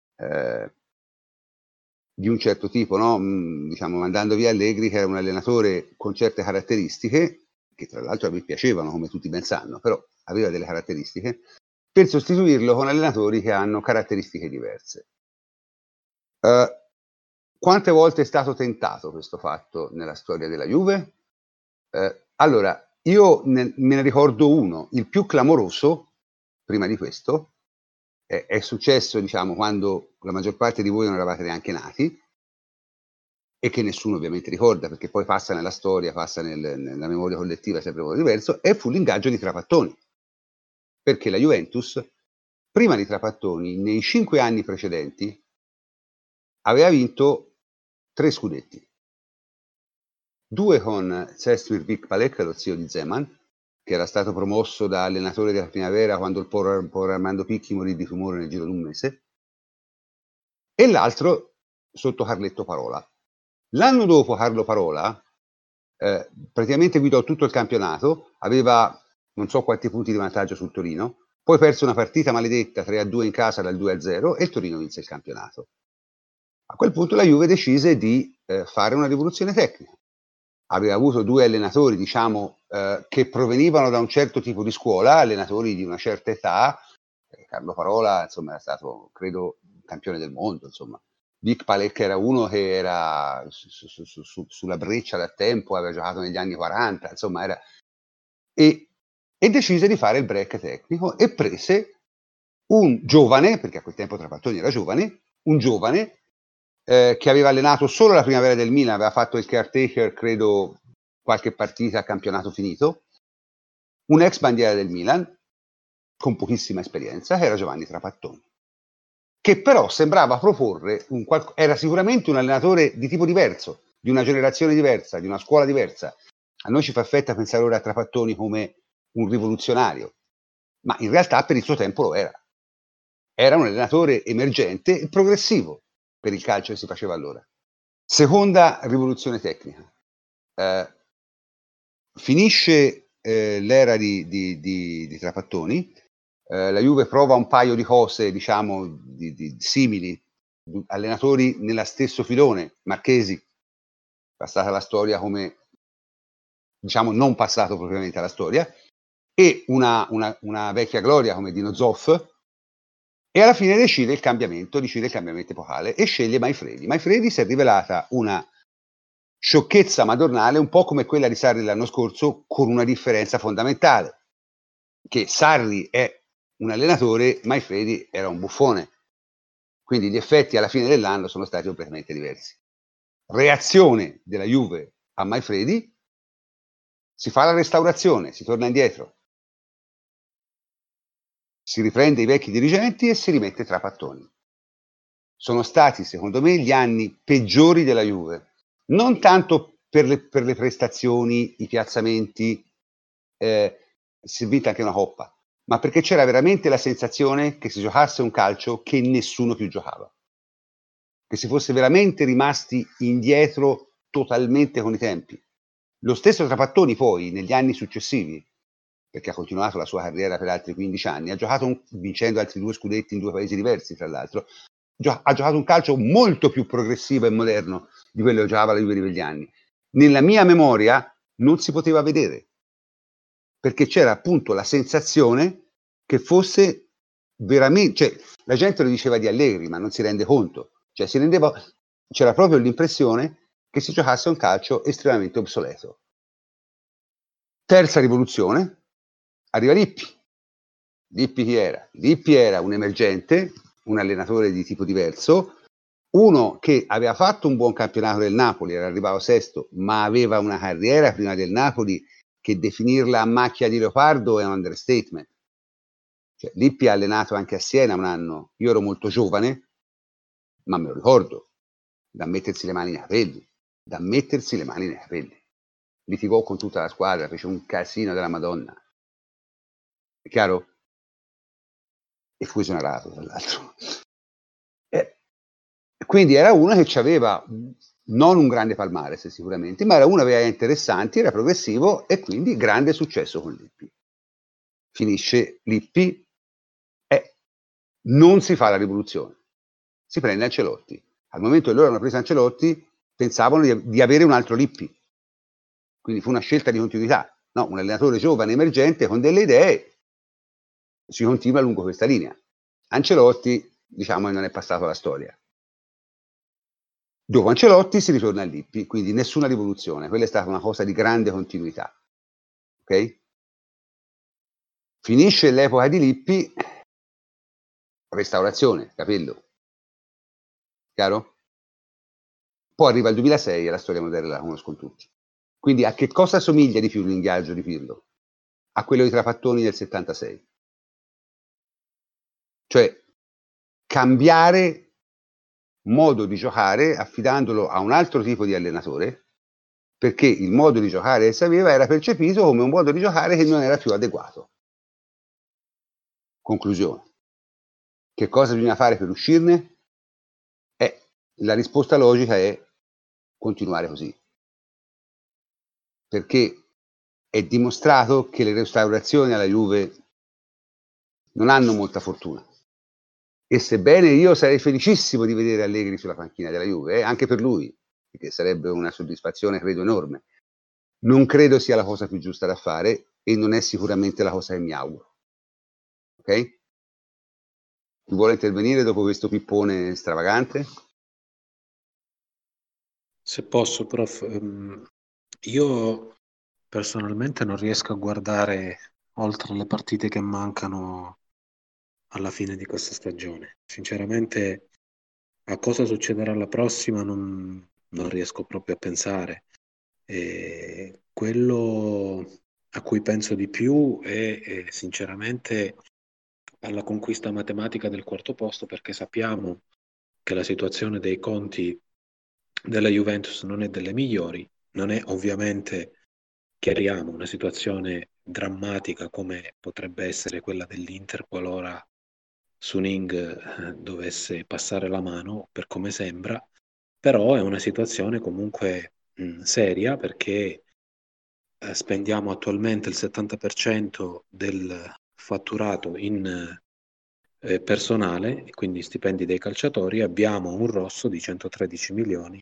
di un certo tipo, no? Diciamo, mandando via Allegri, che era un allenatore con certe caratteristiche, che tra l'altro a me piacevano, come tutti ben sanno, però aveva delle caratteristiche, per sostituirlo con allenatori che hanno caratteristiche diverse. Quante volte è stato tentato questo fatto nella storia della Juve? Allora, io me ne ricordo uno, il più clamoroso, prima di questo, è successo, diciamo, quando la maggior parte di voi non eravate neanche nati, e che nessuno ovviamente ricorda, perché poi passa nella storia, passa nella memoria collettiva, sempre un po' diverso, e fu l'ingaggio di Trapattoni. Perché la Juventus, prima di Trapattoni, nei 5 anni precedenti, aveva vinto 3 scudetti. 2 con Čestmir Vikpalek, lo zio di Zeman, che era stato promosso da allenatore della primavera quando il povero Armando Picchi morì di tumore nel giro di un mese, e l'altro sotto Carletto Parola. L'anno dopo Carlo Parola praticamente guidò tutto il campionato, aveva non so quanti punti di vantaggio sul Torino, poi perse una partita maledetta 3-2 in casa dal 2-0 e il Torino vinse il campionato. A quel punto la Juve decise di fare una rivoluzione tecnica. Aveva avuto 2 allenatori, diciamo, che provenivano da un certo tipo di scuola, allenatori di una certa età. Carlo Parola, insomma, era stato, credo, campione del mondo, insomma. Vikpalek era uno che era sulla breccia da tempo, aveva giocato negli anni 40, insomma, era... E decise di fare il break tecnico e prese un giovane, perché a quel tempo Trapattoni era giovane, un giovane che aveva allenato solo la primavera del Milan, aveva fatto il caretaker, credo, qualche partita a campionato finito, un ex bandiera del Milan, con pochissima esperienza, che era Giovanni Trapattoni. che però sembrava proporre era sicuramente un allenatore di tipo diverso, di una generazione diversa, di una scuola diversa. A noi ci fa effetto pensare ora a Trapattoni come un rivoluzionario, ma in realtà per il suo tempo lo era. Era un allenatore emergente e progressivo per il calcio che si faceva allora. Seconda rivoluzione tecnica. Finisce l'era di Trapattoni, la Juve prova un paio di cose, diciamo, simili, allenatori nella stesso filone, Marchesi, passata la storia come, diciamo, non passato propriamente alla storia, e una vecchia gloria come Dino Zoff, e alla fine decide il cambiamento epocale e sceglie Manfredi. Manfredi si è rivelata una sciocchezza madornale, un po' come quella di Sarri l'anno scorso, con una differenza fondamentale, che Sarri è un allenatore, Manfredi era un buffone. Quindi gli effetti alla fine dell'anno sono stati completamente diversi. Reazione della Juve a Manfredi, si fa la restaurazione, si torna indietro, si riprende i vecchi dirigenti e si rimette Trapattoni. Sono stati, secondo me, gli anni peggiori della Juve, non tanto per le prestazioni, i piazzamenti, si è vinta anche una coppa, ma perché c'era veramente la sensazione che si giocasse un calcio che nessuno più giocava, che si fosse veramente rimasti indietro totalmente con i tempi. Lo stesso Trapattoni poi, negli anni successivi, perché ha continuato la sua carriera per altri 15 anni, ha giocato vincendo altri 2 scudetti in 2 paesi diversi, tra l'altro, ha giocato un calcio molto più progressivo e moderno di quello che giocava la Juve di quegli anni. Nella mia memoria non si poteva vedere, perché c'era appunto la sensazione che fosse veramente, cioè la gente lo diceva di Allegri, ma non si rende conto, cioè c'era proprio l'impressione che si giocasse un calcio estremamente obsoleto. Terza rivoluzione, arriva Lippi. Lippi chi era? Lippi era un emergente, un allenatore di tipo diverso, uno che aveva fatto un buon campionato del Napoli, era arrivato sesto, ma aveva una carriera prima del Napoli che definirla a macchia di leopardo è un understatement. Cioè, Lippi ha allenato anche a Siena un anno, io ero molto giovane, ma me lo ricordo, da mettersi le mani nei capelli, litigò con tutta la squadra, fece un casino della Madonna, è chiaro? E fu esonerato, tra l'altro. Quindi era uno che aveva non un grande palmarès sicuramente, ma era uno che aveva interessanti, era progressivo e quindi grande successo con Lippi. Finisce Lippi e non si fa la rivoluzione, si prende Ancelotti. Al momento che loro hanno preso Ancelotti pensavano di avere un altro Lippi, quindi fu una scelta di continuità, no? Un allenatore giovane, emergente, con delle idee, si continua lungo questa linea. Ancelotti, diciamo, non è passato alla storia. Dopo Ancelotti si ritorna a Lippi, quindi nessuna rivoluzione, quella è stata una cosa di grande continuità. Ok? Finisce l'epoca di Lippi, restaurazione, capello. Chiaro? Poi arriva il 2006 e la storia moderna la conoscono tutti. Quindi a che cosa somiglia di più l'ingaggiaggio di Pirlo? A quello di Trapattoni del 76. Cioè, cambiare modo di giocare affidandolo a un altro tipo di allenatore, perché il modo di giocare che sapeva era percepito come un modo di giocare che non era più adeguato. Conclusione. Che cosa bisogna fare per uscirne? La risposta logica è continuare così, perché è dimostrato che le restaurazioni alla Juve non hanno molta fortuna. E sebbene io sarei felicissimo di vedere Allegri sulla panchina della Juve, anche per lui, perché sarebbe una soddisfazione credo enorme, non credo sia la cosa più giusta da fare e non è sicuramente la cosa che mi auguro. Ok? Chi vuole intervenire dopo questo pippone stravagante? Se posso, prof, io personalmente non riesco a guardare oltre le partite che mancano alla fine di questa stagione. Sinceramente, a cosa succederà la prossima non riesco proprio a pensare. E quello a cui penso di più è sinceramente alla conquista matematica del quarto posto, perché sappiamo che la situazione dei conti della Juventus non è delle migliori, non è ovviamente, chiariamo, una situazione drammatica come potrebbe essere quella dell'Inter qualora Suning dovesse passare la mano, per come sembra, però è una situazione comunque seria, perché spendiamo attualmente il 70% del fatturato in personale, quindi stipendi dei calciatori, abbiamo un rosso di 113 milioni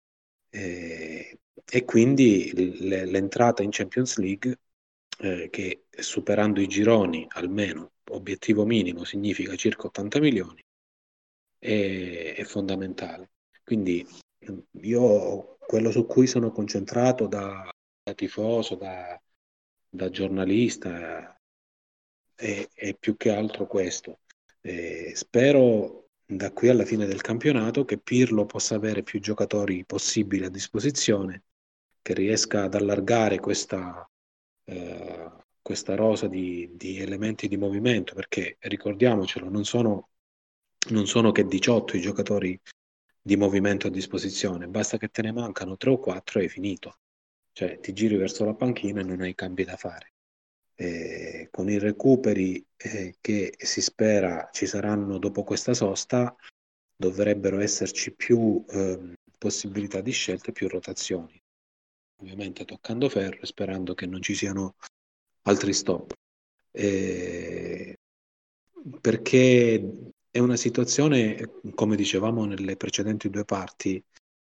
e quindi l'entrata in Champions League, che superando i gironi almeno, obiettivo minimo, significa circa 80 milioni, è fondamentale. Quindi io quello su cui sono concentrato da tifoso, da giornalista, è più che altro questo. Spero da qui alla fine del campionato che Pirlo possa avere più giocatori possibili a disposizione, che riesca ad allargare questa rosa di elementi di movimento, perché ricordiamocelo, non sono che 18 i giocatori di movimento a disposizione, basta che te ne mancano 3 o 4 e hai finito. Cioè ti giri verso la panchina e non hai cambi da fare. Con i recuperi che si spera ci saranno dopo questa sosta, dovrebbero esserci più possibilità di scelte, più rotazioni. Ovviamente toccando ferro e sperando che non ci siano altri stop. Perché è una situazione, come dicevamo nelle precedenti due parti,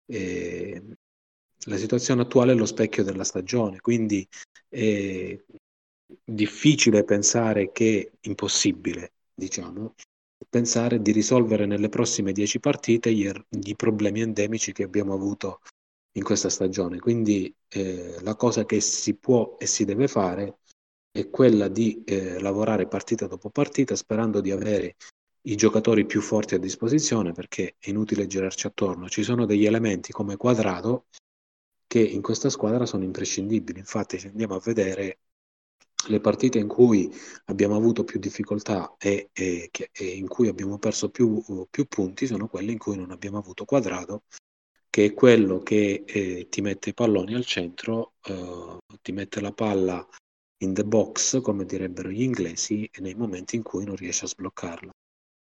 la situazione attuale è lo specchio della stagione, quindi è difficile pensare impossibile, diciamo, pensare di risolvere nelle prossime 10 partite i problemi endemici che abbiamo avuto in questa stagione. Quindi la cosa che si può e si deve fare è quella di lavorare partita dopo partita, sperando di avere i giocatori più forti a disposizione, perché è inutile girarci attorno. Ci sono degli elementi come Quadrado che in questa squadra sono imprescindibili. Infatti, se andiamo a vedere le partite in cui abbiamo avuto più difficoltà e in cui abbiamo perso più punti, sono quelle in cui non abbiamo avuto Quadrado, che è quello che ti mette i palloni al centro, ti mette la palla in the box, come direbbero gli inglesi, nei momenti in cui non riesce a sbloccarla.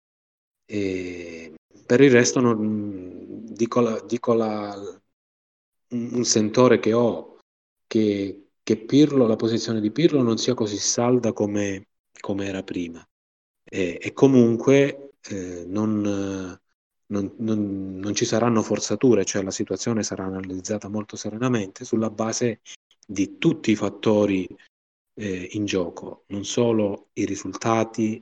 E per il resto un sentore che ho, che Pirlo, la posizione di Pirlo non sia così salda come era prima, e comunque non ci saranno forzature, cioè la situazione sarà analizzata molto serenamente sulla base di tutti i fattori in gioco, non solo i risultati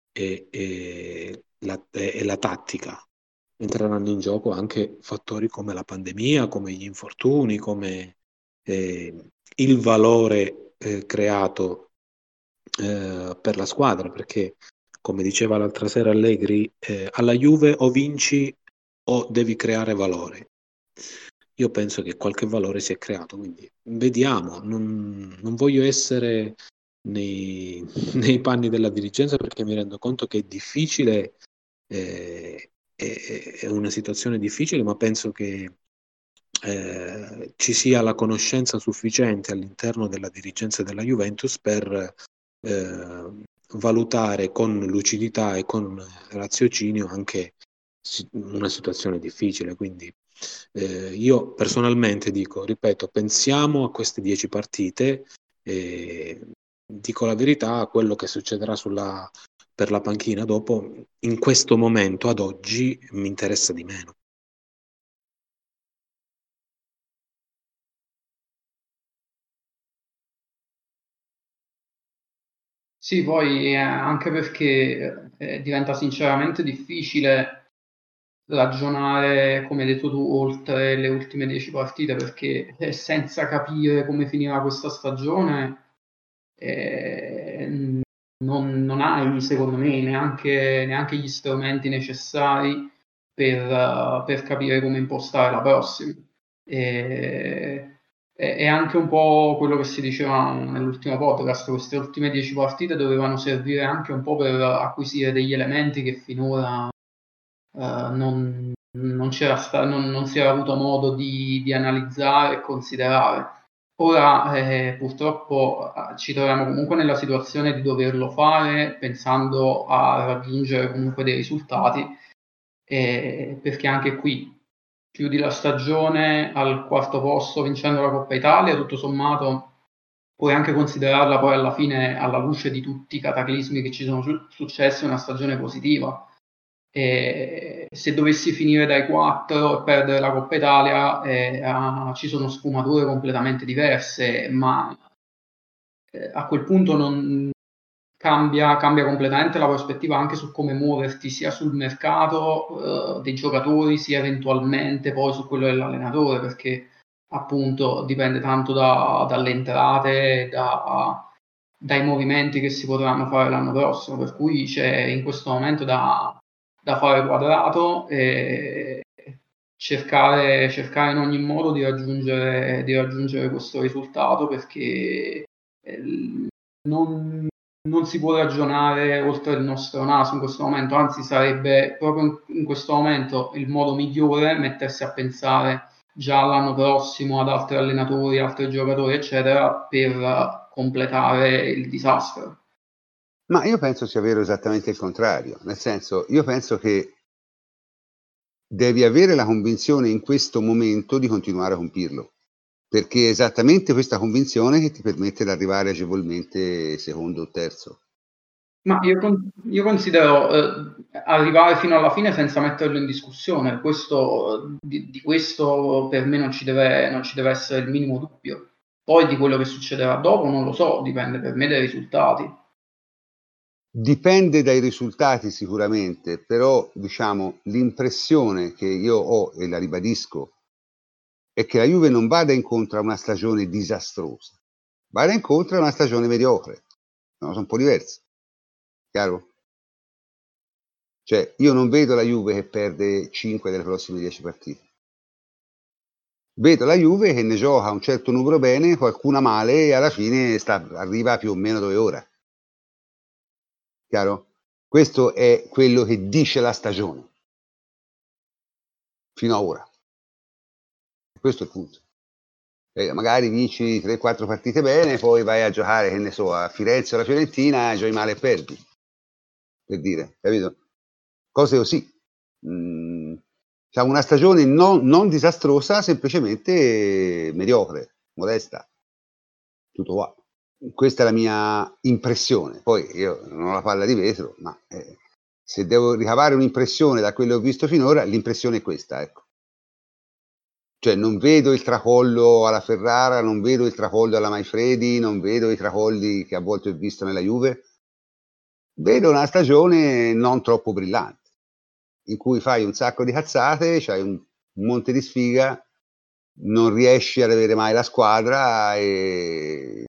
e la tattica. Entreranno in gioco anche fattori come la pandemia, come gli infortuni, come il valore creato per la squadra, perché come diceva l'altra sera Allegri, alla Juve o vinci o devi creare valore. Io penso che qualche valore si è creato, quindi vediamo. Non voglio essere nei panni della dirigenza, perché mi rendo conto che è difficile, è una situazione difficile, ma penso che ci sia la conoscenza sufficiente all'interno della dirigenza della Juventus per valutare con lucidità e con raziocinio anche una situazione difficile. Quindi io personalmente ripeto, pensiamo a queste 10 partite, dico la verità, quello che succederà per la panchina dopo, in questo momento, ad oggi, mi interessa di meno. Sì, poi anche perché diventa sinceramente difficile ragionare, come hai detto tu, oltre le ultime 10 partite, perché senza capire come finirà questa stagione non hai, secondo me, neanche gli strumenti necessari per capire come impostare la prossima. è anche un po' quello che si diceva nell'ultimo podcast, queste ultime 10 partite dovevano servire anche un po' per acquisire degli elementi che finora non si era avuto modo di analizzare e considerare. Ora purtroppo ci troviamo comunque nella situazione di doverlo fare pensando a raggiungere comunque dei risultati, perché anche qui chiudi la stagione al quarto posto vincendo la Coppa Italia, tutto sommato puoi anche considerarla poi alla fine, alla luce di tutti i cataclismi che ci sono successi, una stagione positiva. E se dovessi finire dai 4 e perdere la Coppa Italia, ci sono sfumature completamente diverse, ma a quel punto non cambia completamente la prospettiva anche su come muoverti sia sul mercato dei giocatori, sia eventualmente poi su quello dell'allenatore, perché appunto dipende tanto dalle entrate, dai movimenti che si potranno fare l'anno prossimo, per cui c'è in questo momento da fare quadrato e cercare in ogni modo di raggiungere questo risultato, perché non si può ragionare oltre il nostro naso in questo momento, anzi sarebbe proprio in questo momento il modo migliore mettersi a pensare già all'anno prossimo ad altri allenatori, altri giocatori, eccetera, per completare il disastro. Ma io penso sia vero esattamente il contrario, nel senso, io penso che devi avere la convinzione in questo momento di continuare a compirlo, perché è esattamente questa convinzione che ti permette di arrivare agevolmente secondo o terzo. Ma io considero arrivare fino alla fine senza metterlo in discussione. Di questo per me non ci deve essere il minimo dubbio. Poi di quello che succederà dopo non lo so, dipende per me dai risultati. Dipende dai risultati sicuramente, però diciamo l'impressione che io ho, e la ribadisco, è che la Juve non vada incontro a una stagione disastrosa, vada incontro a una stagione mediocre. No, sono un po' diverse. Chiaro? Cioè, io non vedo la Juve che perde 5 delle prossime 10 partite. Vedo la Juve che ne gioca un certo numero bene, qualcuna male, e alla fine arriva più o meno dove ora. Chiaro? Questo è quello che dice la stagione. Fino a ora. Questo è il punto. Magari vinci 3-4 partite bene, poi vai a giocare, che ne so, a Firenze o alla Fiorentina, giochi male e perdi. Per dire, capito? Cose così. Una stagione non disastrosa, semplicemente mediocre, modesta. Tutto qua. Questa è la mia impressione. Poi io non ho la palla di vetro, ma se devo ricavare un'impressione da quello che ho visto finora, l'impressione è questa, ecco. Cioè non vedo il tracollo alla Ferrara, non vedo il tracollo alla Maifredi, non vedo i tracolli che a volte ho visto nella Juve. Vedo una stagione non troppo brillante, in cui fai un sacco di cazzate, c'hai un monte di sfiga, non riesci ad avere mai la squadra e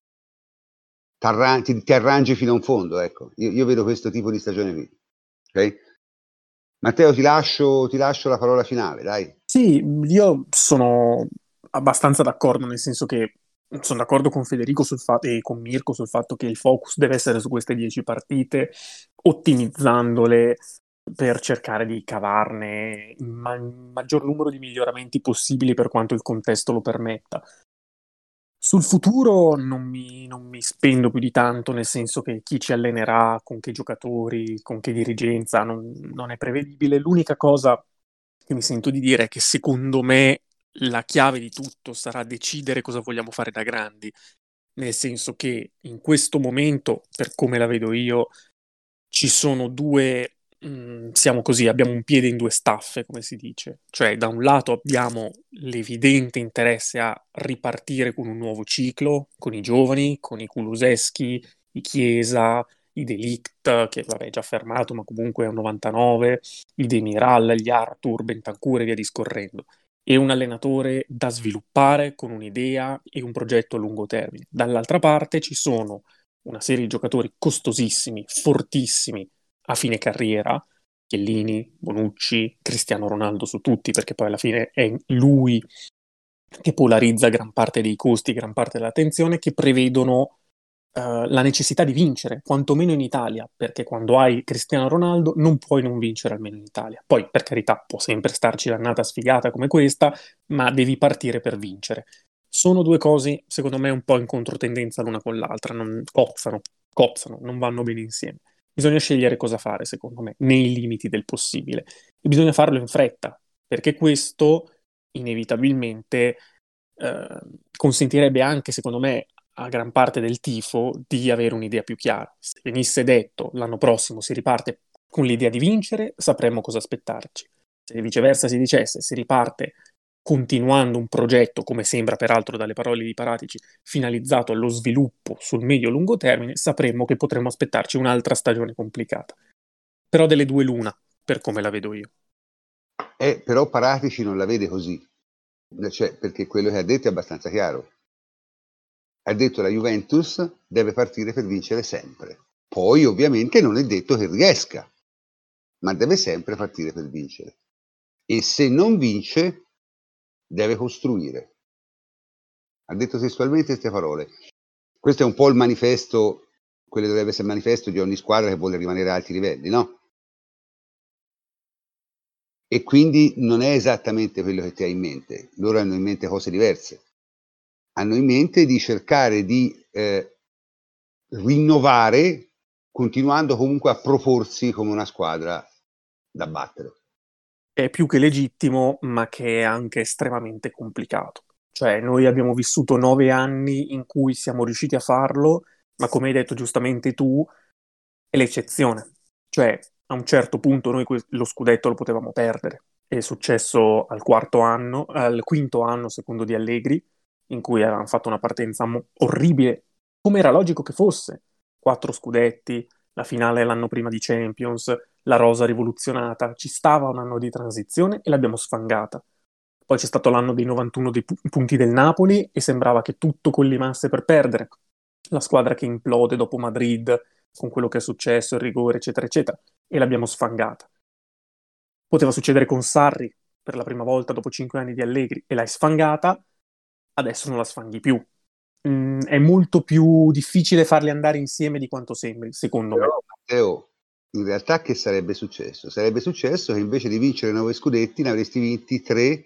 ti arrangi fino a un fondo, ecco. Io vedo questo tipo di stagione qui. Okay? Matteo, ti lascio la parola finale, dai. Sì, io sono abbastanza d'accordo, nel senso che sono d'accordo con Federico e con Mirko sul fatto che il focus deve essere su queste 10 partite, ottimizzandole per cercare di cavarne il maggior numero di miglioramenti possibili per quanto il contesto lo permetta. Sul futuro non mi spendo più di tanto, nel senso che chi ci allenerà, con che giocatori, con che dirigenza, non è prevedibile. L'unica cosa che mi sento di dire è che secondo me la chiave di tutto sarà decidere cosa vogliamo fare da grandi, nel senso che in questo momento, per come la vedo io, ci sono siamo così, abbiamo un piede in due staffe, come si dice. Cioè, da un lato abbiamo l'evidente interesse a ripartire con un nuovo ciclo, con i giovani, con i Kulusevski, i Chiesa, i De Ligt, che vabbè è già fermato, ma comunque è un 99, i Demiral, gli Arthur, Bentancur e via discorrendo. E un allenatore da sviluppare con un'idea e un progetto a lungo termine. Dall'altra parte ci sono una serie di giocatori costosissimi, fortissimi, a fine carriera, Chiellini, Bonucci, Cristiano Ronaldo su tutti, perché poi alla fine è lui che polarizza gran parte dei costi, gran parte dell'attenzione, che prevedono la necessità di vincere, quantomeno in Italia, perché quando hai Cristiano Ronaldo non puoi non vincere almeno in Italia. Poi, per carità, può sempre starci l'annata sfigata come questa, ma devi partire per vincere. Sono due cose, secondo me, un po' in controtendenza l'una con l'altra, non cozzano, non vanno bene insieme. Bisogna scegliere cosa fare, secondo me, nei limiti del possibile. E bisogna farlo in fretta, perché questo inevitabilmente consentirebbe anche, secondo me, a gran parte del tifo di avere un'idea più chiara. Se venisse detto l'anno prossimo si riparte con l'idea di vincere, sapremmo cosa aspettarci. Se viceversa si dicesse si riparte continuando un progetto, come sembra peraltro dalle parole di Paratici, finalizzato allo sviluppo sul medio-lungo termine, sapremmo che potremmo aspettarci un'altra stagione complicata. Però delle due l'una, per come la vedo io. Però Paratici non la vede così, cioè, perché quello che ha detto è abbastanza chiaro. Ha detto la Juventus deve partire per vincere sempre. Poi ovviamente non è detto che riesca, ma deve sempre partire per vincere. E se non vince, deve costruire. Ha detto testualmente queste parole. Questo è un po' il manifesto, quello dovrebbe essere il manifesto di ogni squadra che vuole rimanere a alti livelli, no? E quindi non è esattamente quello che ti hai in mente. Loro hanno in mente cose diverse. Hanno in mente di cercare di rinnovare, continuando comunque a proporsi come una squadra da battere. È più che legittimo, ma che è anche estremamente complicato. Cioè, noi abbiamo vissuto 9 anni in cui siamo riusciti a farlo, ma come hai detto giustamente tu, è l'eccezione. Cioè, a un certo punto noi lo scudetto lo potevamo perdere. È successo al quinto anno, secondo di Allegri, in cui avevano fatto una partenza orribile, come era logico che fosse. 4 scudetti, la finale l'anno prima di Champions, la rosa rivoluzionata, ci stava un anno di transizione e l'abbiamo sfangata. Poi c'è stato l'anno dei 91 dei punti del Napoli e sembrava che tutto collimasse per perdere. La squadra che implode dopo Madrid, con quello che è successo, il rigore, eccetera, eccetera, e l'abbiamo sfangata. Poteva succedere con Sarri, per la prima volta dopo 5 anni di Allegri, e l'hai sfangata, adesso non la sfanghi più. È molto più difficile farli andare insieme di quanto sembri, secondo me. Matteo, in realtà che sarebbe successo? Sarebbe successo che invece di vincere 9 scudetti ne avresti vinti 3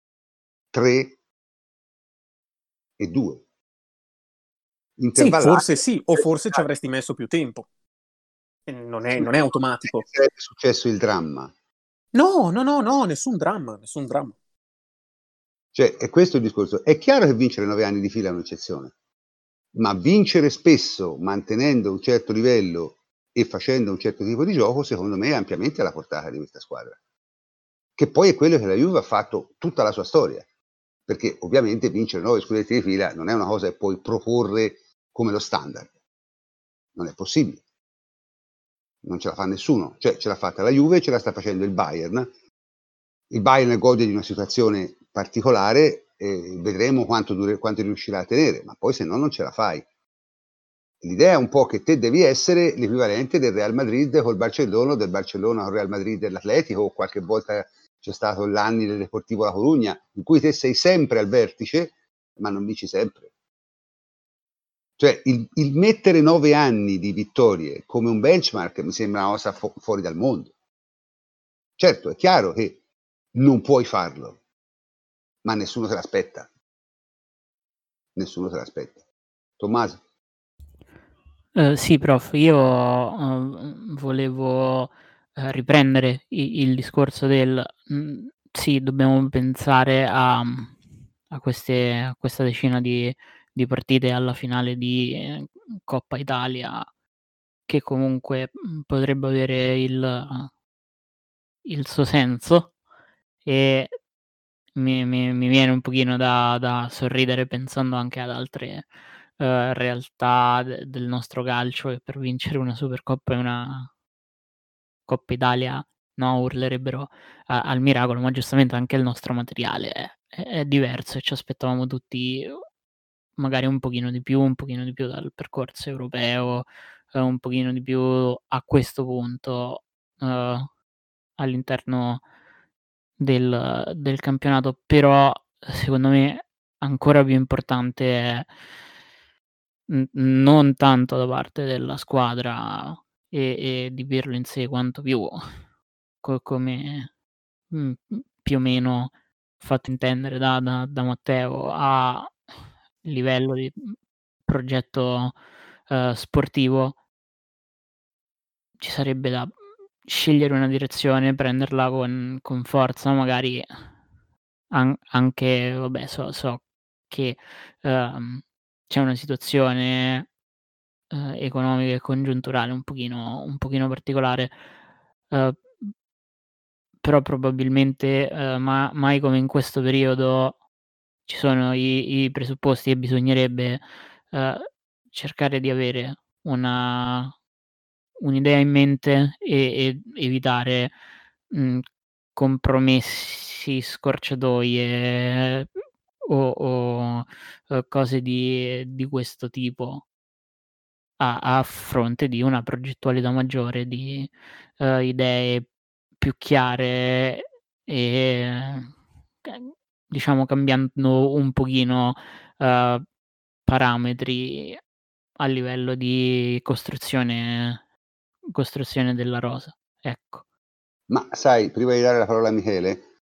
e 2. Sì, forse sì, o forse ci avresti messo più tempo. Non è automatico. Sarebbe successo il dramma. No, nessun dramma. Cioè, è questo il discorso. È chiaro che vincere 9 anni di fila è un'eccezione, ma vincere spesso mantenendo un certo livello e facendo un certo tipo di gioco, secondo me è ampiamente alla portata di questa squadra. Che poi è quello che la Juve ha fatto tutta la sua storia. Perché ovviamente vincere 9 scudetti di fila non è una cosa che puoi proporre come lo standard. Non è possibile. Non ce la fa nessuno. Cioè, ce l'ha fatta la Juve, ce la sta facendo il Bayern. Il Bayern gode di una situazione particolare e vedremo quanto riuscirà a tenere, ma poi se no non ce la fai. L'idea è un po' che te devi essere l'equivalente del Real Madrid col Barcellona, del Barcellona col Real Madrid dell'Atletico, o qualche volta c'è stato l'anni del Deportivo La Corugna, in cui te sei sempre al vertice, ma non vinci sempre. Cioè, il mettere 9 anni di vittorie come un benchmark mi sembra una cosa fuori dal mondo. Certo, è chiaro che non puoi farlo, ma nessuno te l'aspetta. Nessuno te l'aspetta. Tommaso? Sì, prof, io volevo riprendere il discorso del sì, dobbiamo pensare a questa decina di partite alla finale di Coppa Italia, che comunque potrebbe avere il suo senso, e mi viene un pochino da sorridere pensando anche ad altre realtà del nostro calcio, che per vincere una Supercoppa e una Coppa Italia, no, urlerebbero al miracolo, ma giustamente anche il nostro materiale è diverso e ci aspettavamo tutti magari un pochino di più dal percorso europeo, un pochino di più a questo punto all'interno del campionato, però secondo me ancora più importante è non tanto da parte della squadra e di Pirlo in sé, quanto più come, più o meno fatto intendere da Matteo, a livello di, progetto, sportivo, ci sarebbe da, scegliere una direzione, prenderla con forza, magari anche vabbè so che, c'è una situazione, economica e congiunturale un pochino particolare, uhm, però probabilmente, mai come in questo periodo ci sono i presupposti e bisognerebbe, uhm, cercare di avere una un'idea in mente e evitare, mhmm, compromessi, scorciatoie, o cose di questo tipo a fronte di una progettualità maggiore, di, idee più chiare e ca diciamo cambiando un pochino, uhm, parametri a livello di costruzione della rosa, ecco. Ma sai, prima di dare la parola a Michele,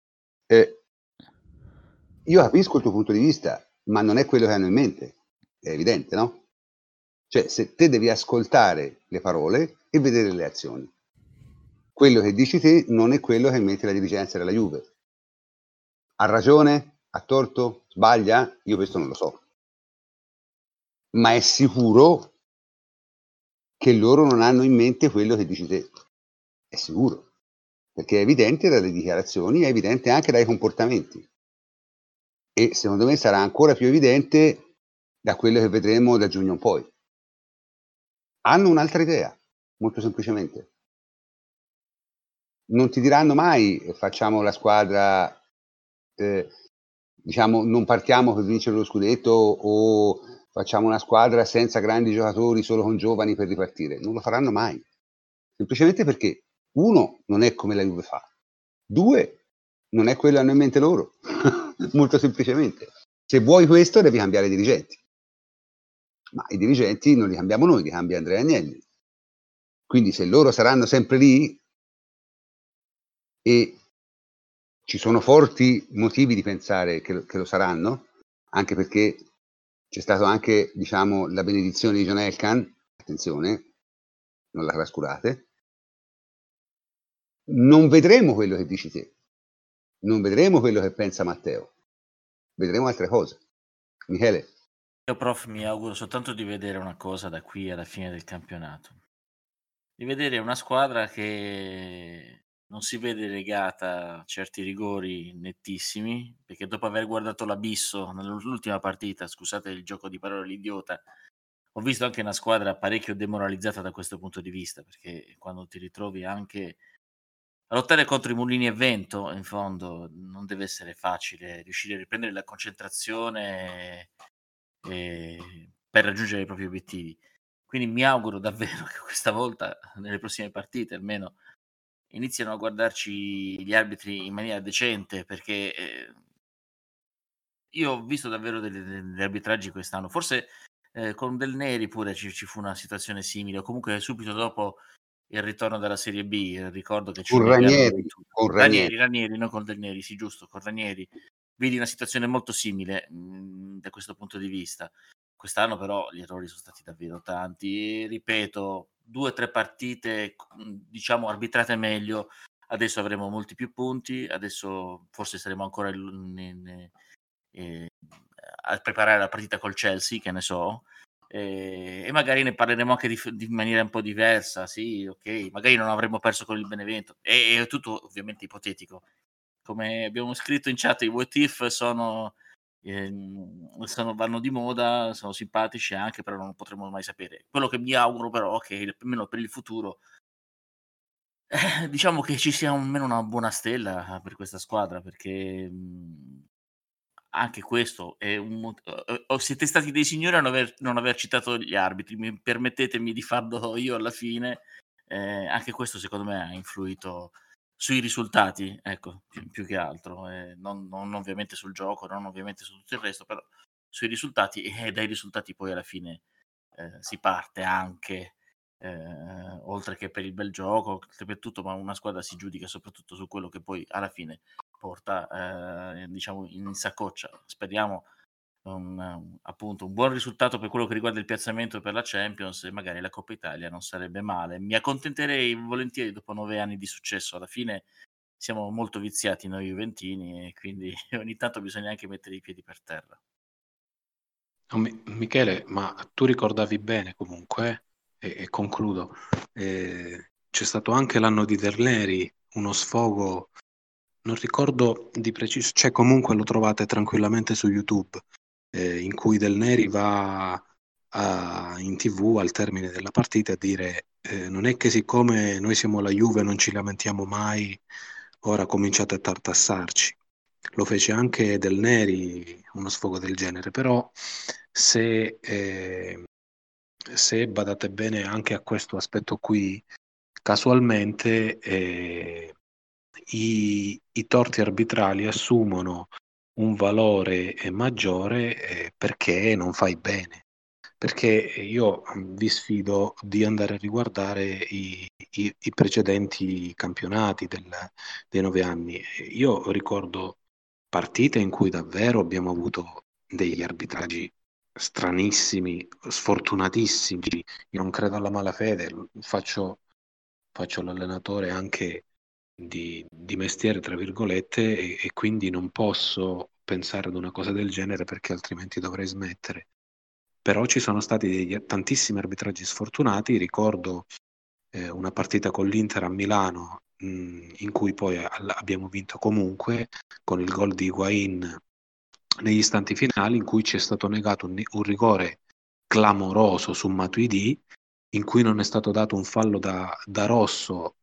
io capisco il tuo punto di vista, ma non è quello che hanno in mente. È evidente, no? Cioè, se te devi ascoltare le parole e vedere le azioni. Quello che dici te non è quello che mette la dirigenza della Juve. Ha ragione? Ha torto? Sbaglia? Io questo non lo so. Ma è sicuro che loro non hanno in mente quello che dici te. È sicuro. Perché è evidente dalle dichiarazioni, è evidente anche dai comportamenti. E secondo me sarà ancora più evidente da quello che vedremo da giugno in poi. Hanno un'altra idea, molto semplicemente. Non ti diranno mai facciamo la squadra, diciamo, non partiamo per vincere lo scudetto o facciamo una squadra senza grandi giocatori, solo con giovani per ripartire. Non lo faranno mai. Semplicemente perché, uno, non è come la Juve fa. Due, non è quello che hanno in mente loro. Molto semplicemente. Se vuoi questo, devi cambiare i dirigenti. Ma i dirigenti non li cambiamo noi, li cambia Andrea Agnelli. Quindi se loro saranno sempre lì, e ci sono forti motivi di pensare che lo saranno, anche perché c'è stato anche, diciamo, la benedizione di John Elkann, attenzione, non la trascurate, non vedremo quello che dici te, non vedremo quello che pensa Matteo, vedremo altre cose. Michele? Io, prof, mi auguro soltanto di vedere una cosa da qui alla fine del campionato. Di vedere una squadra che non si vede legata a certi rigori nettissimi, perché dopo aver guardato l'abisso nell'ultima partita, scusate il gioco di parole, l'idiota, ho visto anche una squadra parecchio demoralizzata da questo punto di vista, perché quando ti ritrovi anche a lottare contro i mulini a vento, in fondo non deve essere facile riuscire a riprendere la concentrazione per raggiungere i propri obiettivi. Quindi mi auguro davvero che questa volta, nelle prossime partite almeno, iniziano a guardarci gli arbitri in maniera decente, perché io ho visto davvero degli arbitraggi quest'anno. Forse con Del Neri pure ci fu una situazione simile, o comunque subito dopo il ritorno dalla Serie B, ricordo che ci Con negarono Ranieri, addirittura con Ranieri. Ranieri, non con Del Neri, sì, giusto, con Ranieri. Vidi una situazione molto simile, da questo punto di vista. Quest'anno però gli errori sono stati davvero tanti. Ripeto, 2 o 3 partite, diciamo arbitrate meglio, adesso avremo molti più punti, adesso forse saremo ancora a preparare la partita col Chelsea, che ne so, e magari ne parleremo anche di maniera un po' diversa. Sì, ok, magari non avremmo perso con il Benevento, è tutto ovviamente ipotetico. Come abbiamo scritto in chat, i what if vanno di moda, sono simpatici anche, però non potremo mai sapere. Quello che mi auguro però, che almeno per il futuro, diciamo che ci sia almeno una buona stella per questa squadra, perché anche questo è un o siete stati dei signori a non aver citato gli arbitri, permettetemi di farlo io alla fine. Anche questo secondo me ha influito sui risultati, ecco, più che altro, non ovviamente sul gioco, non ovviamente su tutto il resto, però sui risultati, e dai risultati poi alla fine si parte anche, oltre che per il bel gioco, per tutto, ma una squadra si giudica soprattutto su quello che poi alla fine porta, diciamo, in saccoccia. Speriamo appunto un buon risultato per quello che riguarda il piazzamento per la Champions, e magari la Coppa Italia non sarebbe male. Mi accontenterei volentieri dopo 9 anni di successo. Alla fine siamo molto viziati noi juventini, e quindi ogni tanto bisogna anche mettere i piedi per terra. Michele, ma tu ricordavi bene comunque, e concludo, c'è stato anche l'anno di Del Neri, uno sfogo, non ricordo di preciso, cioè comunque lo trovate tranquillamente su YouTube, in cui Del Neri va in TV al termine della partita a dire non è che siccome noi siamo la Juve non ci lamentiamo mai, ora cominciate a tartassarci. Lo fece anche Del Neri, uno sfogo del genere, però se badate bene anche a questo aspetto qui, casualmente i torti arbitrali assumono un valore maggiore perché non fai bene. Perché io vi sfido di andare a riguardare i precedenti campionati dei 9 anni. Io ricordo partite in cui davvero abbiamo avuto degli arbitraggi stranissimi, sfortunatissimi. Io non credo alla malafede, faccio l'allenatore anche di mestiere, tra virgolette, e quindi non posso pensare ad una cosa del genere perché altrimenti dovrei smettere. Però ci sono stati tantissimi arbitraggi sfortunati. Ricordo una partita con l'Inter a Milano in cui poi abbiamo vinto comunque con il gol di Higuain negli istanti finali, in cui ci è stato negato un rigore clamoroso su Matuidi, in cui non è stato dato un fallo da rosso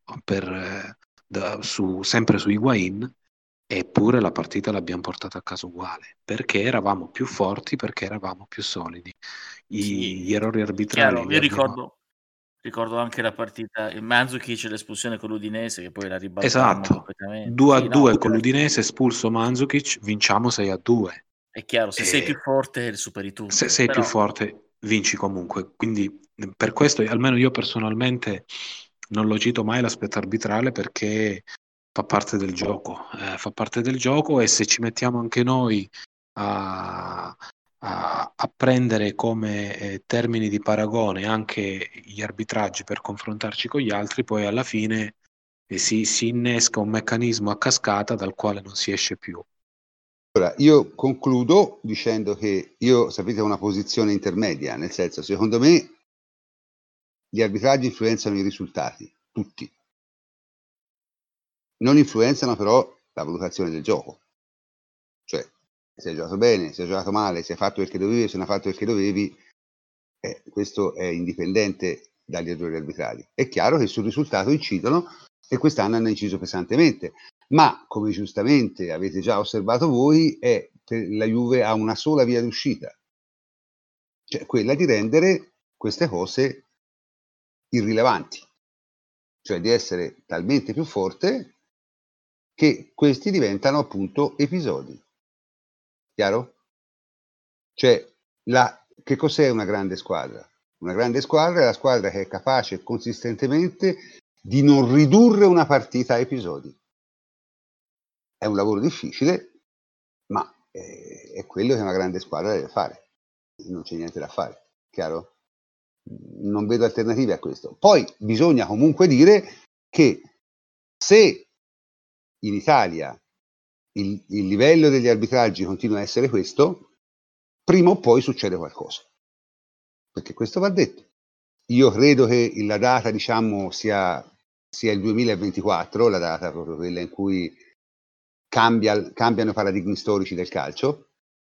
sempre su Higuain, eppure la partita l'abbiamo portata a casa uguale, perché eravamo più forti, perché eravamo più solidi. Gli errori arbitrali Chiaro, li io abbiamo... ricordo anche la partita, il Mandzukic, l'espulsione con l'Udinese, che poi la ribaltammo Esatto, completamente. 2-2 Sì, no, con certo. l'Udinese, espulso Mandzukic, vinciamo 6-2. È chiaro, se sei più forte superi tutto. Se sei però... più forte vinci comunque, quindi per questo almeno io personalmente non lo cito mai l'aspetto arbitrale, perché fa parte del gioco, e se ci mettiamo anche noi a prendere come termini di paragone anche gli arbitraggi per confrontarci con gli altri, poi alla fine si innesca un meccanismo a cascata dal quale non si esce più. Allora, io concludo dicendo che io, sapete, ho una posizione intermedia, nel senso, secondo me gli arbitraggi influenzano i risultati, tutti. Non influenzano però la valutazione del gioco. Cioè, se hai giocato bene, se hai giocato male, se hai fatto perché dovevi, se non hai fatto perché dovevi, questo è indipendente dagli errori arbitrali. È chiaro che sul risultato incidono, e quest'anno hanno inciso pesantemente, ma come giustamente avete già osservato voi, la Juve ha una sola via d'uscita, cioè quella di rendere queste cose irrilevanti, cioè di essere talmente più forte che questi diventano appunto episodi. Chiaro? Cioè, che cos'è una grande squadra? Una grande squadra è la squadra che è capace consistentemente di non ridurre una partita a episodi. È un lavoro difficile, ma è quello che una grande squadra deve fare. Non c'è niente da fare, chiaro? Non vedo alternative a questo. Poi bisogna comunque dire che se in Italia il livello degli arbitraggi continua a essere questo, prima o poi succede qualcosa. Perché questo va detto. Io credo che la data, diciamo, sia il 2024, la data proprio quella in cui cambiano i paradigmi storici del calcio.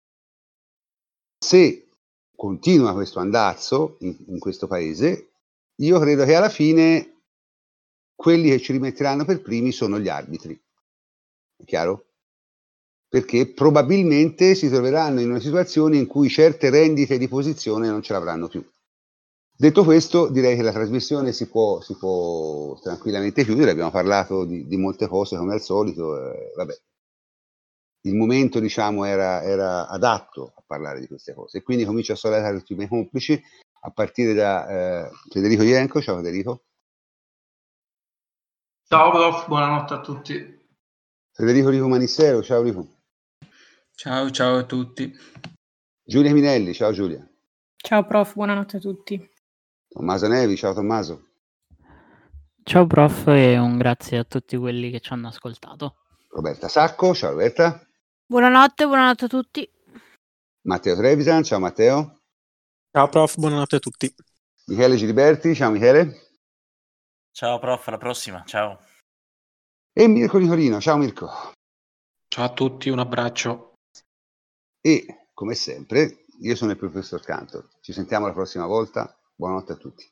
Se continua questo andazzo in questo paese, io credo che alla fine quelli che ci rimetteranno per primi sono gli arbitri. È chiaro? Perché probabilmente si troveranno in una situazione in cui certe rendite di posizione non ce l'avranno più. Detto questo, direi che la trasmissione si può tranquillamente chiudere. Abbiamo parlato di molte cose come al solito. Vabbè. Il momento, diciamo, era adatto a parlare di queste cose. E quindi comincio a salutare tutti i miei complici, a partire da Federico Ienco. Ciao Federico. Ciao prof, buonanotte a tutti. Federico Rico Manissero. Ciao Rico. Ciao a tutti. Giulia Minelli. Ciao Giulia. Ciao prof, buonanotte a tutti. Tommaso Nevi. Ciao Tommaso. Ciao prof e un grazie a tutti quelli che ci hanno ascoltato. Roberta Sacco. Ciao Roberta. Buonanotte a tutti. Matteo Trevisan. Ciao Matteo. Ciao prof, buonanotte a tutti. Michele Giliberti. Ciao Michele. Ciao prof, alla prossima, ciao. E Mirko Nicolino. Ciao Mirko. Ciao a tutti, un abbraccio. E come sempre, io sono il professor Cantor. Ci sentiamo la prossima volta. Buonanotte a tutti.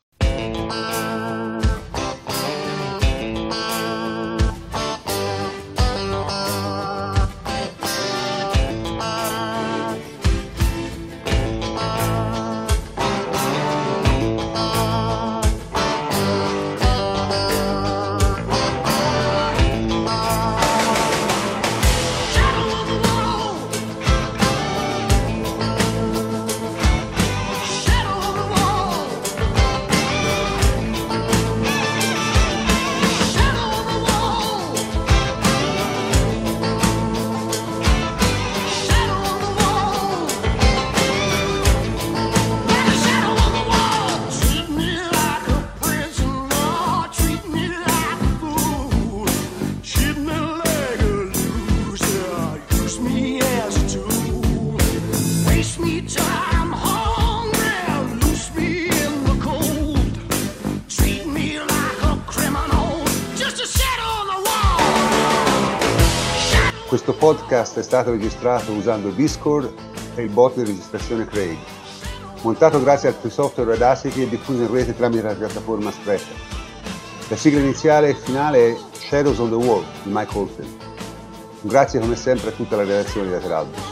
Questo podcast è stato registrato usando Discord e il bot di registrazione Craig. Montato grazie al free software Audacity e diffuso in rete tramite la piattaforma Spreaker. La sigla iniziale e finale è Shadows on the Wall di Mike Oldfield. Grazie come sempre a tutta la redazione di Lateralbus.